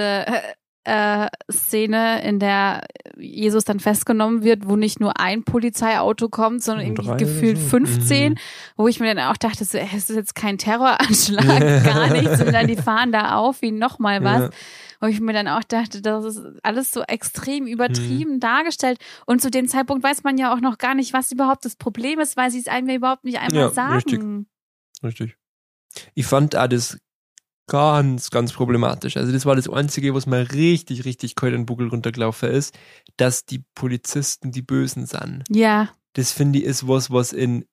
Szene, in der Jesus dann festgenommen wird, wo nicht nur ein Polizeiauto kommt, sondern irgendwie 3 gefühlt oder so. 15, wo ich mir dann auch dachte, so, es ist jetzt kein Terroranschlag, gar nichts, und dann die fahren da auf wie nochmal was. Ja. Wo ich mir dann auch dachte, das ist alles so extrem übertrieben dargestellt, und zu dem Zeitpunkt weiß man ja auch noch gar nicht, was überhaupt das Problem ist, weil sie es einem ja überhaupt nicht einmal Ja, sagen. Richtig. Ich fand auch das ganz, ganz problematisch. Also das war das Einzige, was mir richtig, richtig kalt den Buckel runtergelaufen ist, dass die Polizisten die Bösen sind. Ja, Das finde ich ist was in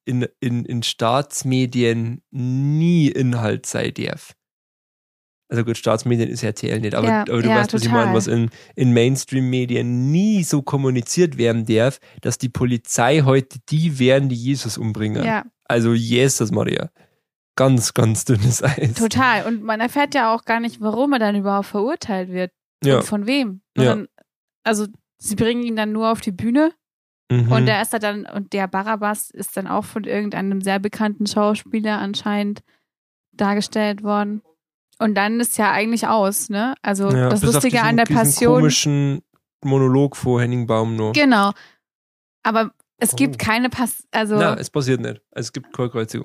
Staatsmedien nie Inhalt sein darf. Also gut, Staatsmedien ist RTL nicht, aber, Ja, aber du ja, weißt, was ich total. meine, was in Mainstream-Medien nie so kommuniziert werden darf, dass die Polizei heute die wären, die Jesus umbringen. ja. Also Jesus Maria. Ganz, ganz dünnes Eis. Total. Und man erfährt ja auch gar nicht, warum er dann überhaupt verurteilt wird. Ja. Und von wem. Ja. Sondern, also, sie bringen ihn dann nur auf die Bühne, Mhm. und der ist da dann, und der Barabbas ist dann auch von irgendeinem sehr bekannten Schauspieler anscheinend dargestellt worden. Und dann ist ja eigentlich aus, ne? Also, Ja, das bis auf Lustige diesen- an der diesen Passion. komischen Monolog vor Henning Baum noch. Genau. Aber es gibt Oh. keine also, Nein, es passiert nicht. Also es gibt keine Kreuzigung.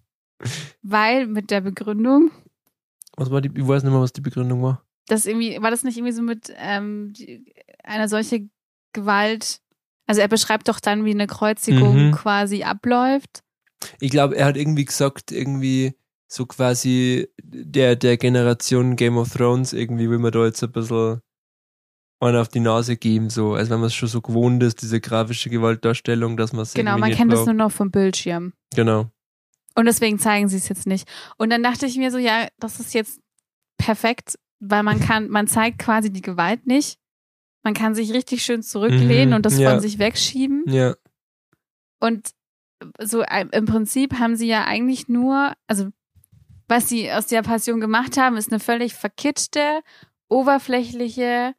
weil mit der Begründung, Was war ich weiß nicht mehr, was die Begründung war. das irgendwie, war das nicht irgendwie so mit einer solche Gewalt, also er beschreibt doch dann, wie eine Kreuzigung Mhm. quasi abläuft. Ich glaube, er hat irgendwie gesagt, irgendwie so quasi der Generation Game of Thrones, irgendwie will man da jetzt ein bisschen einen auf die Nase geben, so. Also wenn man es schon so gewohnt ist, diese grafische Gewaltdarstellung, dass man es Genau, irgendwie man nicht kennt es glaubt. nur noch vom Bildschirm. Genau. Und deswegen zeigen sie es jetzt nicht. Und dann dachte ich mir so, ja, das ist jetzt perfekt, weil man zeigt quasi die Gewalt nicht. Man kann sich richtig schön zurücklehnen Mhm, und das ja. von sich wegschieben. Ja. Und so im Prinzip haben sie ja eigentlich nur, also was sie aus der Passion gemacht haben, ist eine völlig verkitschte, oberflächliches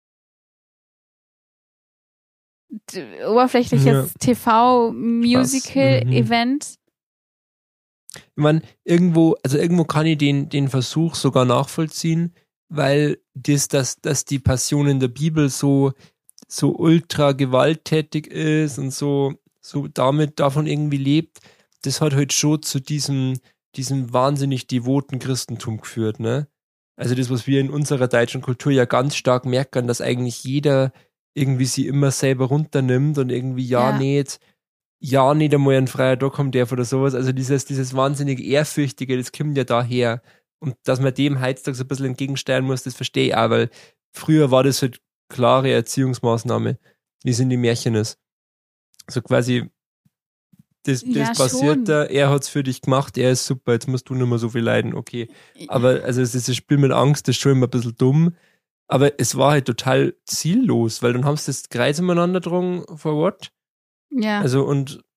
TV-Musical-Event. Ich meine, irgendwo kann ich den Versuch sogar nachvollziehen, weil dass die Passion in der Bibel so ultra gewalttätig ist und so davon irgendwie lebt, das hat halt schon zu diesem wahnsinnig devoten Christentum geführt, ne? Also das, was wir in unserer deutschen Kultur ja ganz stark merken, dass eigentlich jeder irgendwie sie immer selber runternimmt und irgendwie nicht einmal ein freier Tag haben darf oder sowas. Also dieses wahnsinnig Ehrfürchtige, das kommt ja daher. Und dass man dem heutzutage so ein bisschen entgegensteuern muss, das verstehe ich auch, weil früher war das halt klare Erziehungsmaßnahme, wie es in die Märchen ist. So quasi, das passiert schon. da, er hat's für dich gemacht, er ist super, jetzt musst du nicht mehr so viel leiden, okay. Aber also dieses Spiel mit Angst, das ist schon immer ein bisschen dumm. Aber es war halt total ziellos, weil dann haben sie das Kreuz umeinander getragen, for what? Ja. Also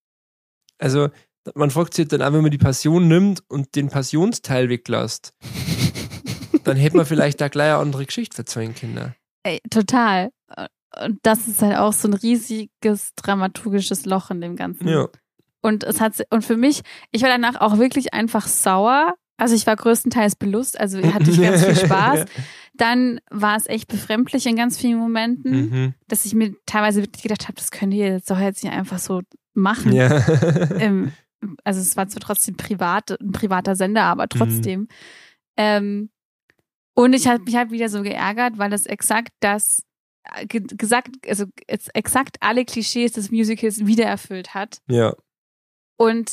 man fragt sich dann auch, wenn man die Passion nimmt und den Passionsteil weglässt, dann hätte man vielleicht da gleich eine andere Geschichte verzeihen können. Ey, total. Und das ist halt auch so ein riesiges dramaturgisches Loch in dem Ganzen. Ja. Und für mich, ich war danach auch wirklich einfach sauer. Also ich war größtenteils belust, also hatte ich ganz viel Spaß. Ja. Dann war es echt befremdlich in ganz vielen Momenten, Mhm. dass ich mir teilweise wirklich gedacht habe, das könnt ihr jetzt doch jetzt nicht einfach so machen. Ja. Also es war zwar trotzdem ein privater Sender, aber trotzdem. Und ich habe mich halt wieder so geärgert, weil das exakt exakt alle Klischees des Musicals wieder erfüllt hat. Ja. Und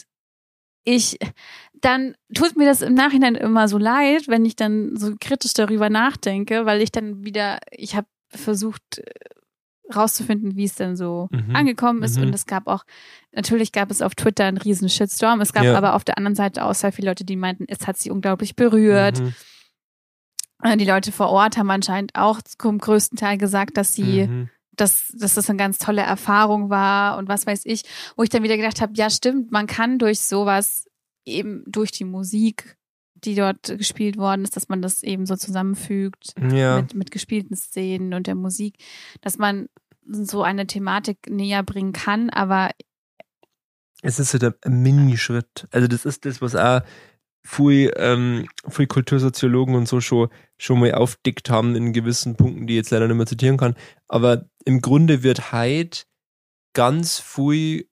dann tut mir das im Nachhinein immer so leid, wenn ich dann so kritisch darüber nachdenke, weil ich habe versucht rauszufinden, wie es denn so angekommen ist. Und natürlich gab es auf Twitter einen riesen Shitstorm. Es gab aber auf der anderen Seite auch sehr viele Leute, die meinten, es hat sie unglaublich berührt. Die Leute vor Ort haben anscheinend auch zum größten Teil gesagt, dass das eine ganz tolle Erfahrung war und was weiß ich, wo ich dann wieder gedacht habe, ja stimmt, man kann durch sowas eben durch die Musik, die dort gespielt worden ist, dass man das eben so zusammenfügt mit gespielten Szenen und der Musik, dass man so eine Thematik näher bringen kann, aber Es ist halt ein Minischritt. Also das ist das, was auch viele Kultursoziologen und so schon mal aufdeckt haben in gewissen Punkten, die ich jetzt leider nicht mehr zitieren kann. Aber im Grunde wird heute ganz viel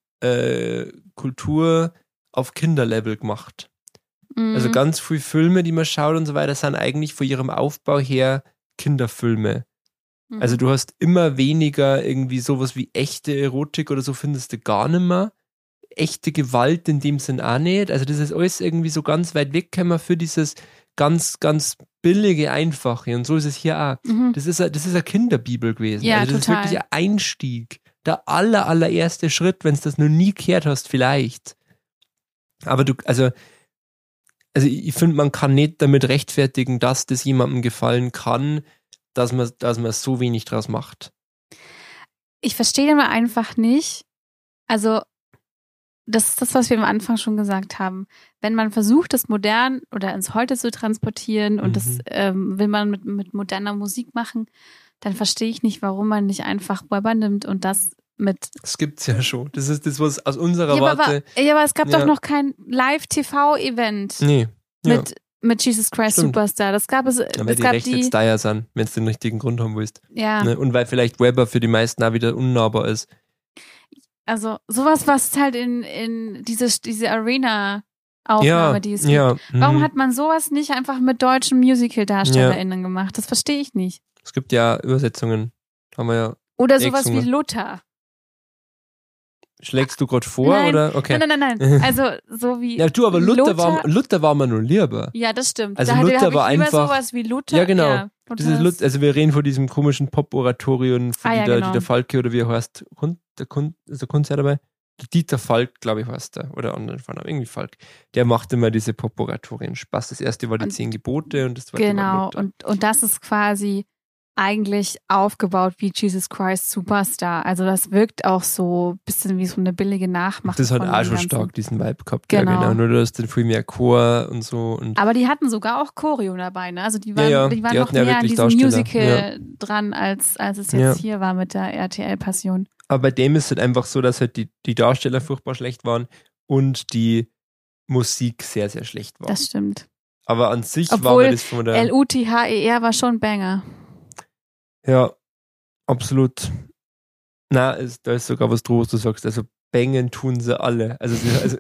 Kultur auf Kinderlevel gemacht. Also ganz viele Filme, die man schaut und so weiter, sind eigentlich von ihrem Aufbau her Kinderfilme. Also du hast immer weniger irgendwie sowas wie echte Erotik oder so findest du gar nicht mehr. Echte Gewalt in dem Sinn auch nicht. Also das ist alles irgendwie so ganz weit weggekommen für dieses ganz, ganz billige, einfache. Und so ist es hier auch. Das ist eine Kinderbibel gewesen. Ja, also das total. ist wirklich ein Einstieg. Der allererste Schritt, wenn du das noch nie gehört hast, vielleicht. Aber also ich finde, man kann nicht damit rechtfertigen, dass das jemandem gefallen kann, dass man so wenig draus macht. Ich verstehe aber einfach nicht, also das ist das, was wir am Anfang schon gesagt haben. Wenn man versucht, das modern oder ins Heute zu transportieren und das will man mit moderner Musik machen, dann verstehe ich nicht, warum man nicht einfach Webber nimmt und das mit... Das gibt's ja schon. Das ist das, was aus unserer Warte... Aber es gab doch noch kein Live-TV-Event. Nee. Ja. Mit Jesus Christ Stimmt. Superstar. Das gab es. Aber es die gab Rechte jetzt da sind, wenn es den richtigen Grund haben willst. Ja. Ne? Und weil vielleicht Webber für die meisten auch wieder unnahbar ist. Also sowas, was halt in diese Arena-Aufnahme, die es gibt. Ja. Warum hat man sowas nicht einfach mit deutschen Musical-DarstellerInnen gemacht? Das verstehe ich nicht. Es gibt ja Übersetzungen. Haben wir ja. Oder sowas Exungen. wie Luther. Schlägst du gerade vor, Nein. oder? Okay. Nein. Also so wie Ja, du, aber Luther war mir nur lieber. Ja, das stimmt. Also da Luther hab ich war lieber einfach. sowas wie Luther. Ja, genau. Ja, Das ist also wir reden von diesem komischen Pop-Oratorium, von die genau. der Falke oder wie er heißt. Ist der Kunst dabei? Der Dieter Falk, glaube ich, heißt der. Oder anderen Vornamen, irgendwie Falk. Der macht immer diese Pop-Oratorien. Spaß. Das erste war die 10 Gebote und das zweite war Luther. Und das ist quasi eigentlich aufgebaut wie Jesus Christ Superstar. Also das wirkt auch so ein bisschen wie so eine billige Nachmachung. Das hat von auch dem schon Ganzen. stark diesen Vibe gehabt. Genau. Ja, genau. Nur du hast dann viel mehr Chor und so. Und Aber die hatten sogar auch Choreo dabei, ne? Also die waren, Ja, die waren die noch hatten ja mehr an wirklich diesem Darsteller. Musical dran, als es jetzt hier war mit der RTL-Passion. aber bei dem ist es halt einfach so, dass halt die Darsteller furchtbar schlecht waren und die Musik sehr, sehr schlecht war. Das stimmt. Aber an sich war Obwohl mir das von der... LUTHER war schon ein Banger. Ja, absolut. Da ist sogar was drauf, was du sagst. Also bangen tun sie alle. Also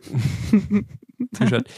zuschaut.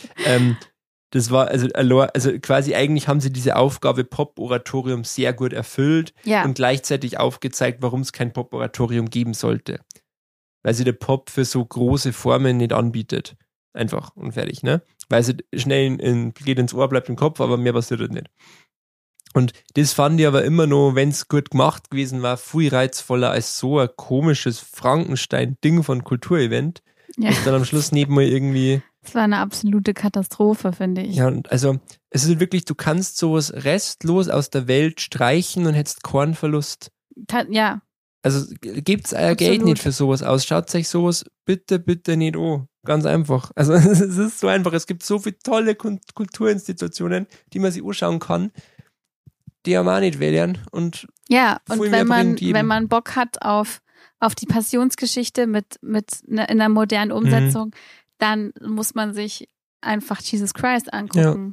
Das war also quasi eigentlich haben sie diese Aufgabe Pop-Oratorium sehr gut erfüllt Ja. und gleichzeitig aufgezeigt, warum es kein Pop-Oratorium geben sollte. Weil sie der Pop für so große Formen nicht anbietet. Einfach und fertig, ne? Weil sie schnell geht ins Ohr, bleibt im Kopf, aber mehr passiert halt nicht. Und das fand ich aber immer noch, wenn es gut gemacht gewesen war, viel reizvoller als so ein komisches Frankenstein-Ding von Kulturevent, Ja. das dann am Schluss nicht mal irgendwie... Das war eine absolute Katastrophe, finde ich. Ja, und also es ist wirklich, du kannst sowas restlos aus der Welt streichen und hättest keinen Verlust. Ja, Also gebt's euer Absolut. Geld nicht für sowas aus. Schaut euch sowas bitte nicht an. Ganz einfach. Also es ist so einfach. Es gibt so viele tolle Kulturinstitutionen, die man sich anschauen kann, die haben auch nicht wählen. Und ja. Und viel mehr bringt jedem. wenn man Bock hat auf die Passionsgeschichte mit in einer modernen Umsetzung, dann muss man sich einfach Jesus Christ angucken.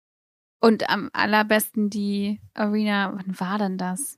Und am allerbesten die Arena, wann war denn das?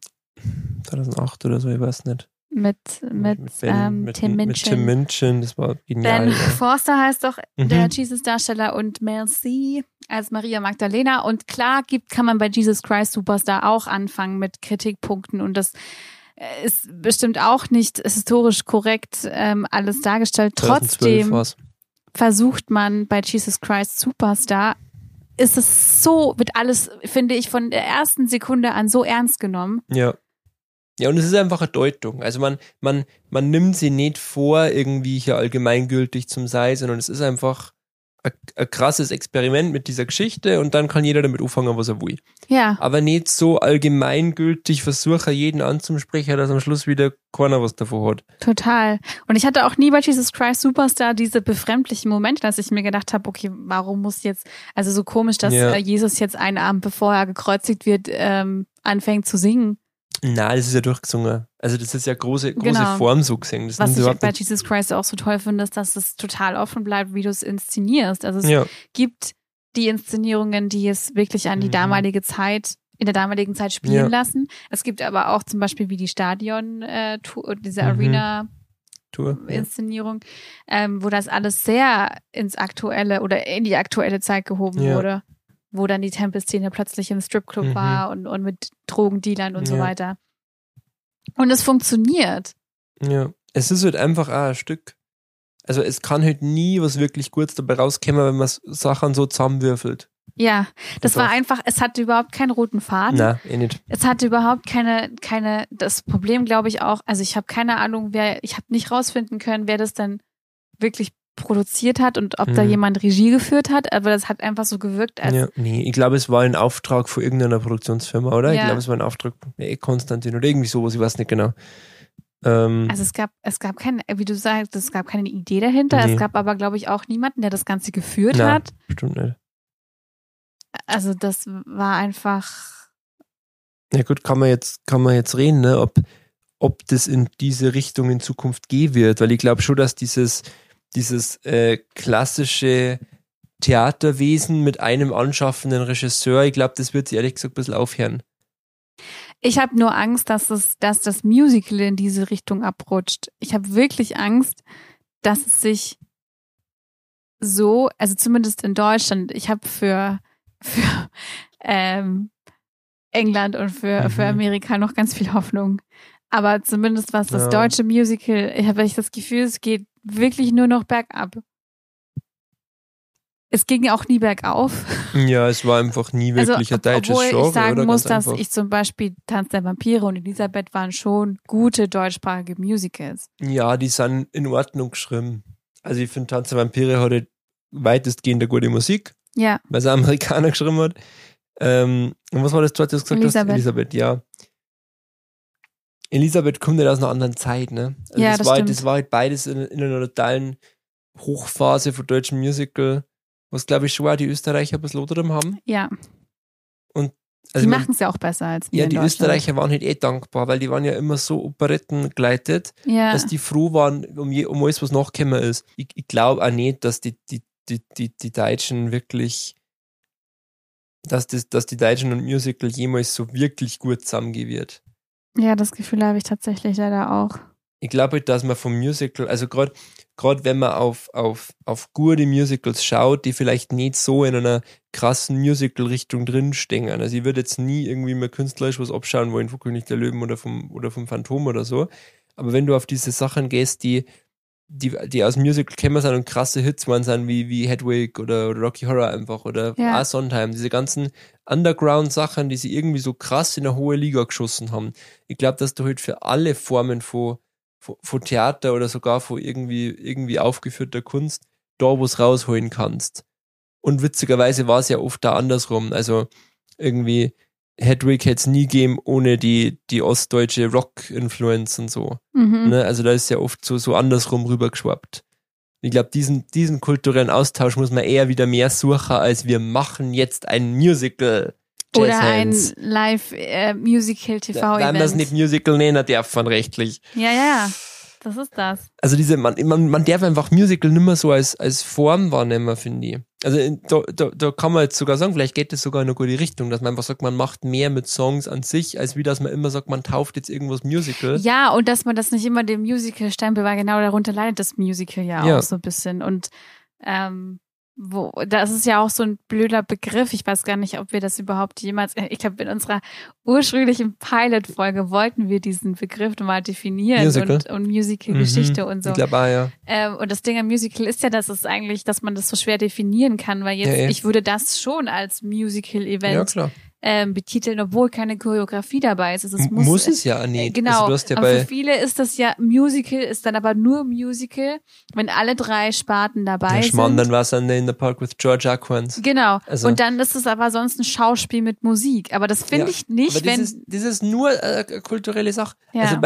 2008 oder so, ich weiß nicht. Mit Tim Minchin. Mit Tim Minchin, das war genial. Ben ja. Forster heißt doch der Jesus-Darsteller und Mel C als Maria Magdalena. Und klar kann man bei Jesus Christ Superstar auch anfangen mit Kritikpunkten. Und das ist bestimmt auch nicht historisch korrekt alles dargestellt. 2012 Trotzdem war's. versucht man bei Jesus Christ Superstar, ist es so, wird alles, finde ich, von der ersten Sekunde an so ernst genommen. Ja. Ja, und es ist einfach eine Deutung. Also man nimmt sie nicht vor, irgendwie hier allgemeingültig zum Sei, sondern es ist einfach ein krasses Experiment mit dieser Geschichte und dann kann jeder damit anfangen, was er will. Ja. Aber nicht so allgemeingültig versuchen, jeden anzusprechen, dass am Schluss wieder keiner was davon hat. Total. Und ich hatte auch nie bei Jesus Christ Superstar diese befremdlichen Momente, dass ich mir gedacht habe, okay, warum muss jetzt, also so komisch, dass Jesus jetzt einen Abend bevor er gekreuzigt wird, anfängt zu singen. Nein, das ist ja durchgesungen. Also das ist ja große Genau. Form so gesehen. Das Was ist ich überhaupt bei nicht- Jesus Christ auch so toll finde, ist, dass es total offen bleibt, wie du es inszenierst. Also es Ja, gibt die Inszenierungen, die es wirklich an die Mhm. damalige Zeit, in der damaligen Zeit spielen Ja. lassen. Es gibt aber auch zum Beispiel wie die Stadion, diese Mhm. Arena-Inszenierung, Tour. wo das alles sehr ins Aktuelle oder in die aktuelle Zeit gehoben Ja. wurde. Wo dann die Tempelszene plötzlich im Stripclub Mhm. war und mit Drogendealern und so Ja. weiter. Und es funktioniert. Ja. Es ist halt einfach auch ein Stück. Also es kann halt nie was wirklich Gutes dabei rauskommen, wenn man Sachen so zusammenwürfelt. Ja, das war Einfach. einfach, es hatte überhaupt keinen roten Faden. Nein, nicht. Es hatte überhaupt keine, das Problem glaube ich auch, also ich habe keine Ahnung, ich habe nicht rausfinden können, wer das dann wirklich produziert hat und ob da Mhm. jemand Regie geführt hat, aber das hat einfach so gewirkt, als Ja, nee, ich glaube, es war ein Auftrag von irgendeiner Produktionsfirma, oder? Ich Ja. glaube, es war ein Auftrag von Konstantin oder irgendwie sowas, ich weiß nicht genau. also es gab keine, wie du sagst, es gab keine Idee dahinter, Nee. es gab aber glaube ich auch niemanden, der das Ganze geführt Na. hat. Bestimmt nicht. Also das war einfach, Ja gut, kann man jetzt reden, ne, ob das in diese Richtung in Zukunft gehen wird, weil ich glaube schon, dass dieses klassische Theaterwesen mit einem anschaffenden Regisseur, ich glaube, das wird sich ehrlich gesagt ein bisschen aufhören. ich habe nur Angst, dass das Musical in diese Richtung abrutscht. Ich habe wirklich Angst, dass es sich so, also zumindest in Deutschland, ich habe für England und für Amerika noch ganz viel Hoffnung. Aber zumindest was das Ja. deutsche Musical, ich habe das Gefühl, es geht wirklich nur noch bergab. Es ging auch nie bergauf. Ja, es war einfach nie wirklich ein deutsches obwohl Genre, ich sagen oder? muss, Ganz dass einfach. ich zum Beispiel Tanz der Vampire und Elisabeth waren schon gute deutschsprachige Musicals. Ja, die sind in Ordnung geschrieben. Also ich finde, Tanz der Vampire hat halt weitestgehend eine gute Musik, Ja, weil es ein Amerikaner geschrieben hat. Und was war das zweite, was du gesagt Elisabeth. hast? Elisabeth, ja. Elisabeth kommt nicht aus einer anderen Zeit, ne? Also Ja, das das stimmt. war halt beides in einer totalen Hochphase von deutschen Musical, was glaube ich schon auch die Österreicher ein bisschen drin haben. ja. Also Die ich mein, machen es ja auch besser als wir ja, in die Deutschland. Österreicher waren halt dankbar, weil die waren ja immer so Operetten geleitet, Ja, dass die froh waren, um alles, was nachgekommen ist. Ich glaube auch nicht, dass die Deutschen wirklich, dass die Deutschen und Musical jemals so wirklich gut zusammengehen wird. ja, das Gefühl habe ich tatsächlich leider auch. Ich glaube halt, dass man vom Musical, also gerade wenn man auf gute Musicals schaut, die vielleicht nicht so in einer krassen Musical-Richtung drinstehen. Also ich würde jetzt nie irgendwie mehr künstlerisch was abschauen wollen von König der Löwen oder vom Phantom oder so. Aber wenn du auf diese Sachen gehst, die aus Musical kommen sind und krasse Hits waren sind, wie Hedwig oder Rocky Horror einfach oder Ja. auch Sondheim, diese ganzen Underground-Sachen, die sie irgendwie so krass in eine hohe Liga geschossen haben. Ich glaube, dass du halt für alle Formen von Theater oder sogar von irgendwie aufgeführter Kunst da was rausholen kannst. Und witzigerweise war es ja oft da andersrum. Also irgendwie Hedwig hätte es nie gegeben ohne die ostdeutsche Rock-Influence und so. Mhm. Ne? Also da ist ja oft so andersrum rübergeschwappt. Ich glaube, diesen kulturellen Austausch muss man eher wieder mehr suchen, als wir machen jetzt ein Musical. Oder ein Jazzhands. Live-Musical-TV-Event. Wenn man es nicht Musical nennen darf, von rechtlich. Ja, das ist das. Also man darf einfach Musical nicht mehr so als Form wahrnehmen, finde ich. Also da kann man jetzt sogar sagen, vielleicht geht es sogar in eine gute Richtung, dass man einfach sagt, man macht mehr mit Songs an sich, als wie dass man immer sagt, man tauft jetzt irgendwas Musical. Ja, und dass man das nicht immer dem Musical-Stempel, weil genau darunter leidet das Musical ja Ja. auch so ein bisschen. Und das ist ja auch so ein blöder Begriff. Ich weiß gar nicht, ob wir das überhaupt jemals, ich glaube, in unserer ursprünglichen Pilot-Folge wollten wir diesen Begriff mal definieren Musical. und Musical-Geschichte und so. Ich glaube auch, ja. Und das Ding am Musical ist ja, dass man das so schwer definieren kann, weil jetzt, Ja, ich würde das schon als Musical-Event Ja, klar. betiteln, obwohl keine Choreografie dabei ist. Also es Muss es ja nicht. Genau, Also du hast ja aber für bei, viele ist das ja Musical, ist dann aber nur Musical, wenn alle drei Sparten dabei ja, Schmarrn, sind. dann war es dann in the Park with George Aquans. Genau. Also- Und dann ist es aber sonst ein Schauspiel mit Musik. Aber das finde Ja, ich nicht, Aber wenn. das ist nur eine kulturelle Sache. Ja. Also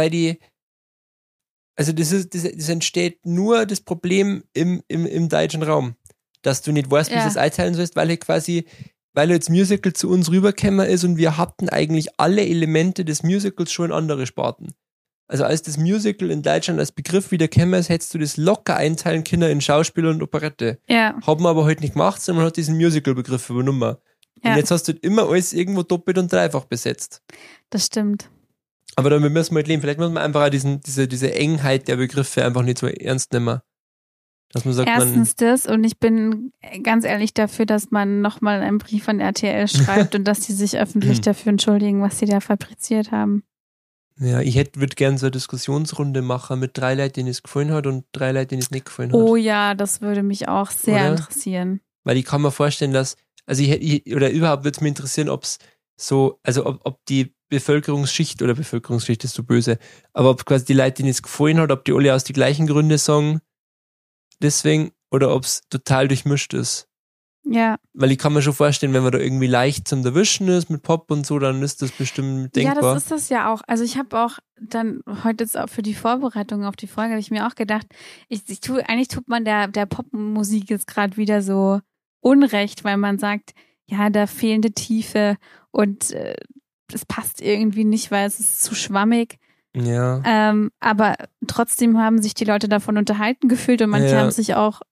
das entsteht nur das Problem im deutschen Raum, dass du nicht weißt, wie Ja. du das einteilen sollst, weil halt quasi weil jetzt Musical zu uns rübergekommen ist und wir hatten eigentlich alle Elemente des Musicals schon in andere Sparten. Also als das Musical in Deutschland als Begriff wieder gekommen ist, hättest du das locker einteilen können in Schauspieler und Operette. Ja. Haben wir aber heute nicht gemacht, sondern man hat diesen Musical-Begriff übernommen. Ja. Und jetzt hast du immer alles irgendwo doppelt und dreifach besetzt. Das stimmt. Aber damit müssen wir halt leben. Vielleicht muss man einfach auch diese Engheit der Begriffe einfach nicht so ernst nehmen. Dass man sagt, Erstens das, und ich bin ganz ehrlich dafür, dass man nochmal einen Brief an RTL schreibt und dass die sich öffentlich dafür entschuldigen, was sie da fabriziert haben. Ja, ich würde gerne so eine Diskussionsrunde machen mit 3 Leuten, denen es gefallen hat und 3 Leuten, denen es nicht gefallen hat. Oh ja, das würde mich auch sehr interessieren. Weil ich kann mir vorstellen, dass, also oder überhaupt würde es mich interessieren, ob es so, also ob die Bevölkerungsschicht ist so böse, aber ob quasi die Leute, denen es gefallen hat, ob die alle aus den gleichen Gründen sagen, deswegen, oder ob es total durchmischt ist. Ja. Weil ich kann mir schon vorstellen, wenn man da irgendwie leicht zum Erwischen ist mit Pop und so, dann ist das bestimmt denkbar. Ja, das ist das ja auch. Also ich habe auch dann heute jetzt auch für die Vorbereitung auf die Folge, habe ich mir auch gedacht, eigentlich tut man der Popmusik jetzt gerade wieder so Unrecht, weil man sagt, ja, da fehlende Tiefe und es passt irgendwie nicht, weil es ist zu schwammig. Ja. Aber trotzdem haben sich die Leute davon unterhalten gefühlt und manche haben sich auch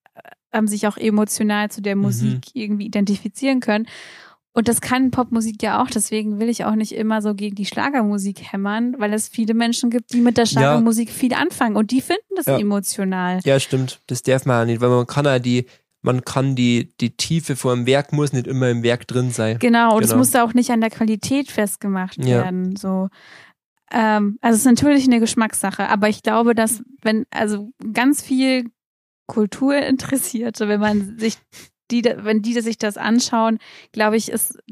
emotional zu der Musik irgendwie identifizieren können. Und das kann Popmusik ja auch, deswegen will ich auch nicht immer so gegen die Schlagermusik hämmern, weil es viele Menschen gibt, die mit der Schlagermusik viel anfangen und die finden das emotional. Ja, stimmt. Das darf man auch nicht, weil man kann die Tiefe vor dem Werk muss nicht immer im Werk drin sein. Genau, und es muss da auch nicht an der Qualität festgemacht werden. So. Also es ist natürlich eine Geschmackssache, aber ich glaube, dass wenn ganz viel Kulturinteressierte, wenn die sich das anschauen, glaube ich,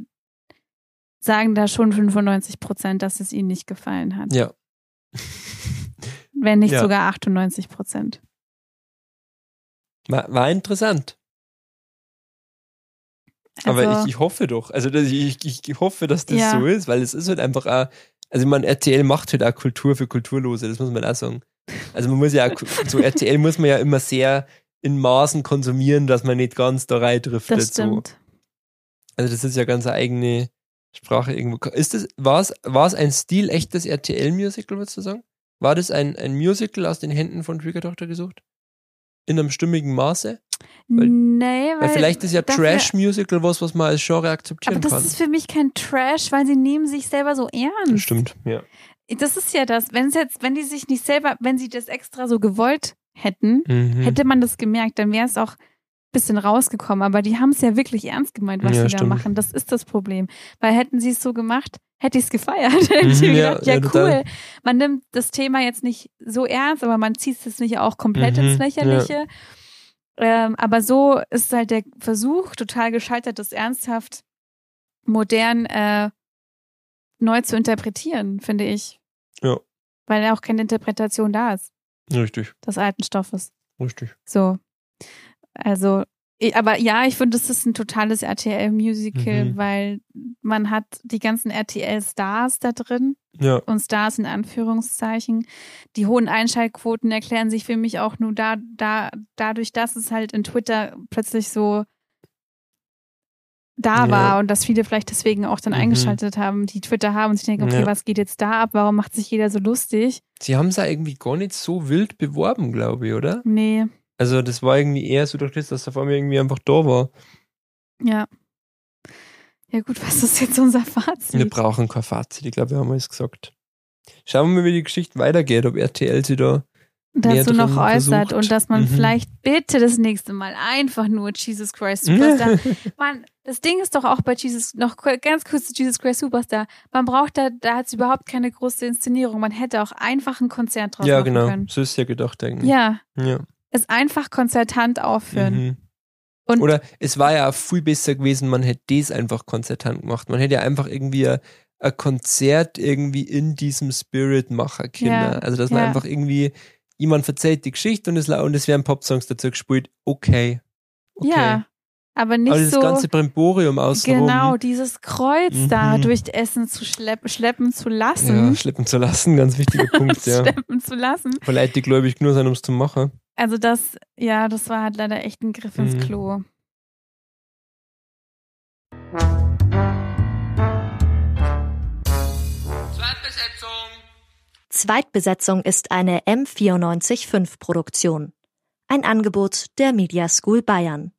sagen da schon 95%, dass es ihnen nicht gefallen hat. Ja. Wenn nicht sogar 98%. War interessant. Aber ich hoffe doch. Also ich hoffe, dass das so ist, weil es ist halt einfach auch, also RTL macht halt auch Kultur für Kulturlose, das muss man auch sagen. Also man muss ja auch, so RTL muss man ja immer sehr in Maßen konsumieren, dass man nicht ganz da reindriftet. Das stimmt. So. Also das ist ja ganz eine eigene Sprache irgendwo. War es ein stilechtes RTL-Musical, würdest du sagen? War das ein Musical aus den Händen von Schwiegertochter gesucht? In einem stimmigen Maße? Weil vielleicht ist ja Trash-Musical was man als Genre akzeptieren kann. Aber das ist für mich kein Trash, weil sie nehmen sich selber so ernst. Das stimmt, ja. Das ist ja das, wenn sie das extra so gewollt hätten, hätte man das gemerkt, dann wäre es auch ein bisschen rausgekommen. Aber die haben es ja wirklich ernst gemeint, was sie da machen. Das ist das Problem. Weil hätten sie es so gemacht, hätte ich es gefeiert. Hätte ich mir gedacht, cool. Man nimmt das Thema jetzt nicht so ernst, aber man zieht es nicht auch komplett ins Lächerliche. Ja. Aber so ist halt der Versuch total gescheitert, das ernsthaft modern neu zu interpretieren, finde ich. Ja. Weil ja auch keine Interpretation da ist. Richtig. Des alten Stoffes. Richtig. So. Also, aber ja, ich finde, das ist ein totales RTL-Musical, weil man hat die ganzen RTL-Stars da drin. Ja. Und Stars in Anführungszeichen. Die hohen Einschaltquoten erklären sich für mich auch nur dadurch, dass es halt in Twitter plötzlich so da war und dass viele vielleicht deswegen auch dann eingeschaltet haben, die Twitter haben und sich denken, okay, was geht jetzt da ab? Warum macht sich jeder so lustig? Sie haben es ja irgendwie gar nicht so wild beworben, glaube ich, oder? Nee. Also das war irgendwie eher so durch das, dass der vor mir irgendwie einfach da war. Ja. Ja gut, was ist jetzt unser Fazit? Wir brauchen kein Fazit, ich glaube, wir haben alles gesagt. Schauen wir mal, wie die Geschichte weitergeht, ob RTL sie da dazu noch äußert und dass man vielleicht bitte das nächste Mal einfach nur Jesus Christ Superstar. Man, das Ding ist doch auch bei noch ganz kurz zu Jesus Christ Superstar. Man braucht da hat es überhaupt keine große Inszenierung. Man hätte auch einfach ein Konzert draus machen können. Ja, genau. So ist ja gedacht eigentlich. Ja. Es einfach konzertant aufführen. Und oder es war ja auch viel besser gewesen, man hätte das einfach konzertant gemacht. Man hätte ja einfach irgendwie ein Konzert irgendwie in diesem Spirit machen können. Ja, also dass man einfach irgendwie jemand erzählt die Geschichte und es werden Popsongs dazu gespielt. Okay. Ja, aber nicht das so. Das ganze Brimborium außenrum. Genau, dieses Kreuz da durch Essen zu schleppen zu lassen. Ja, schleppen zu lassen, ganz wichtiger Punkt, ja. Schleppen zu lassen. Weil Leute, die gläubig genug sind, um es zu machen. Also das war halt leider echt ein Griff ins Klo. Zweitbesetzung ist eine M94.5 Produktion. Ein Angebot der Media School Bayern.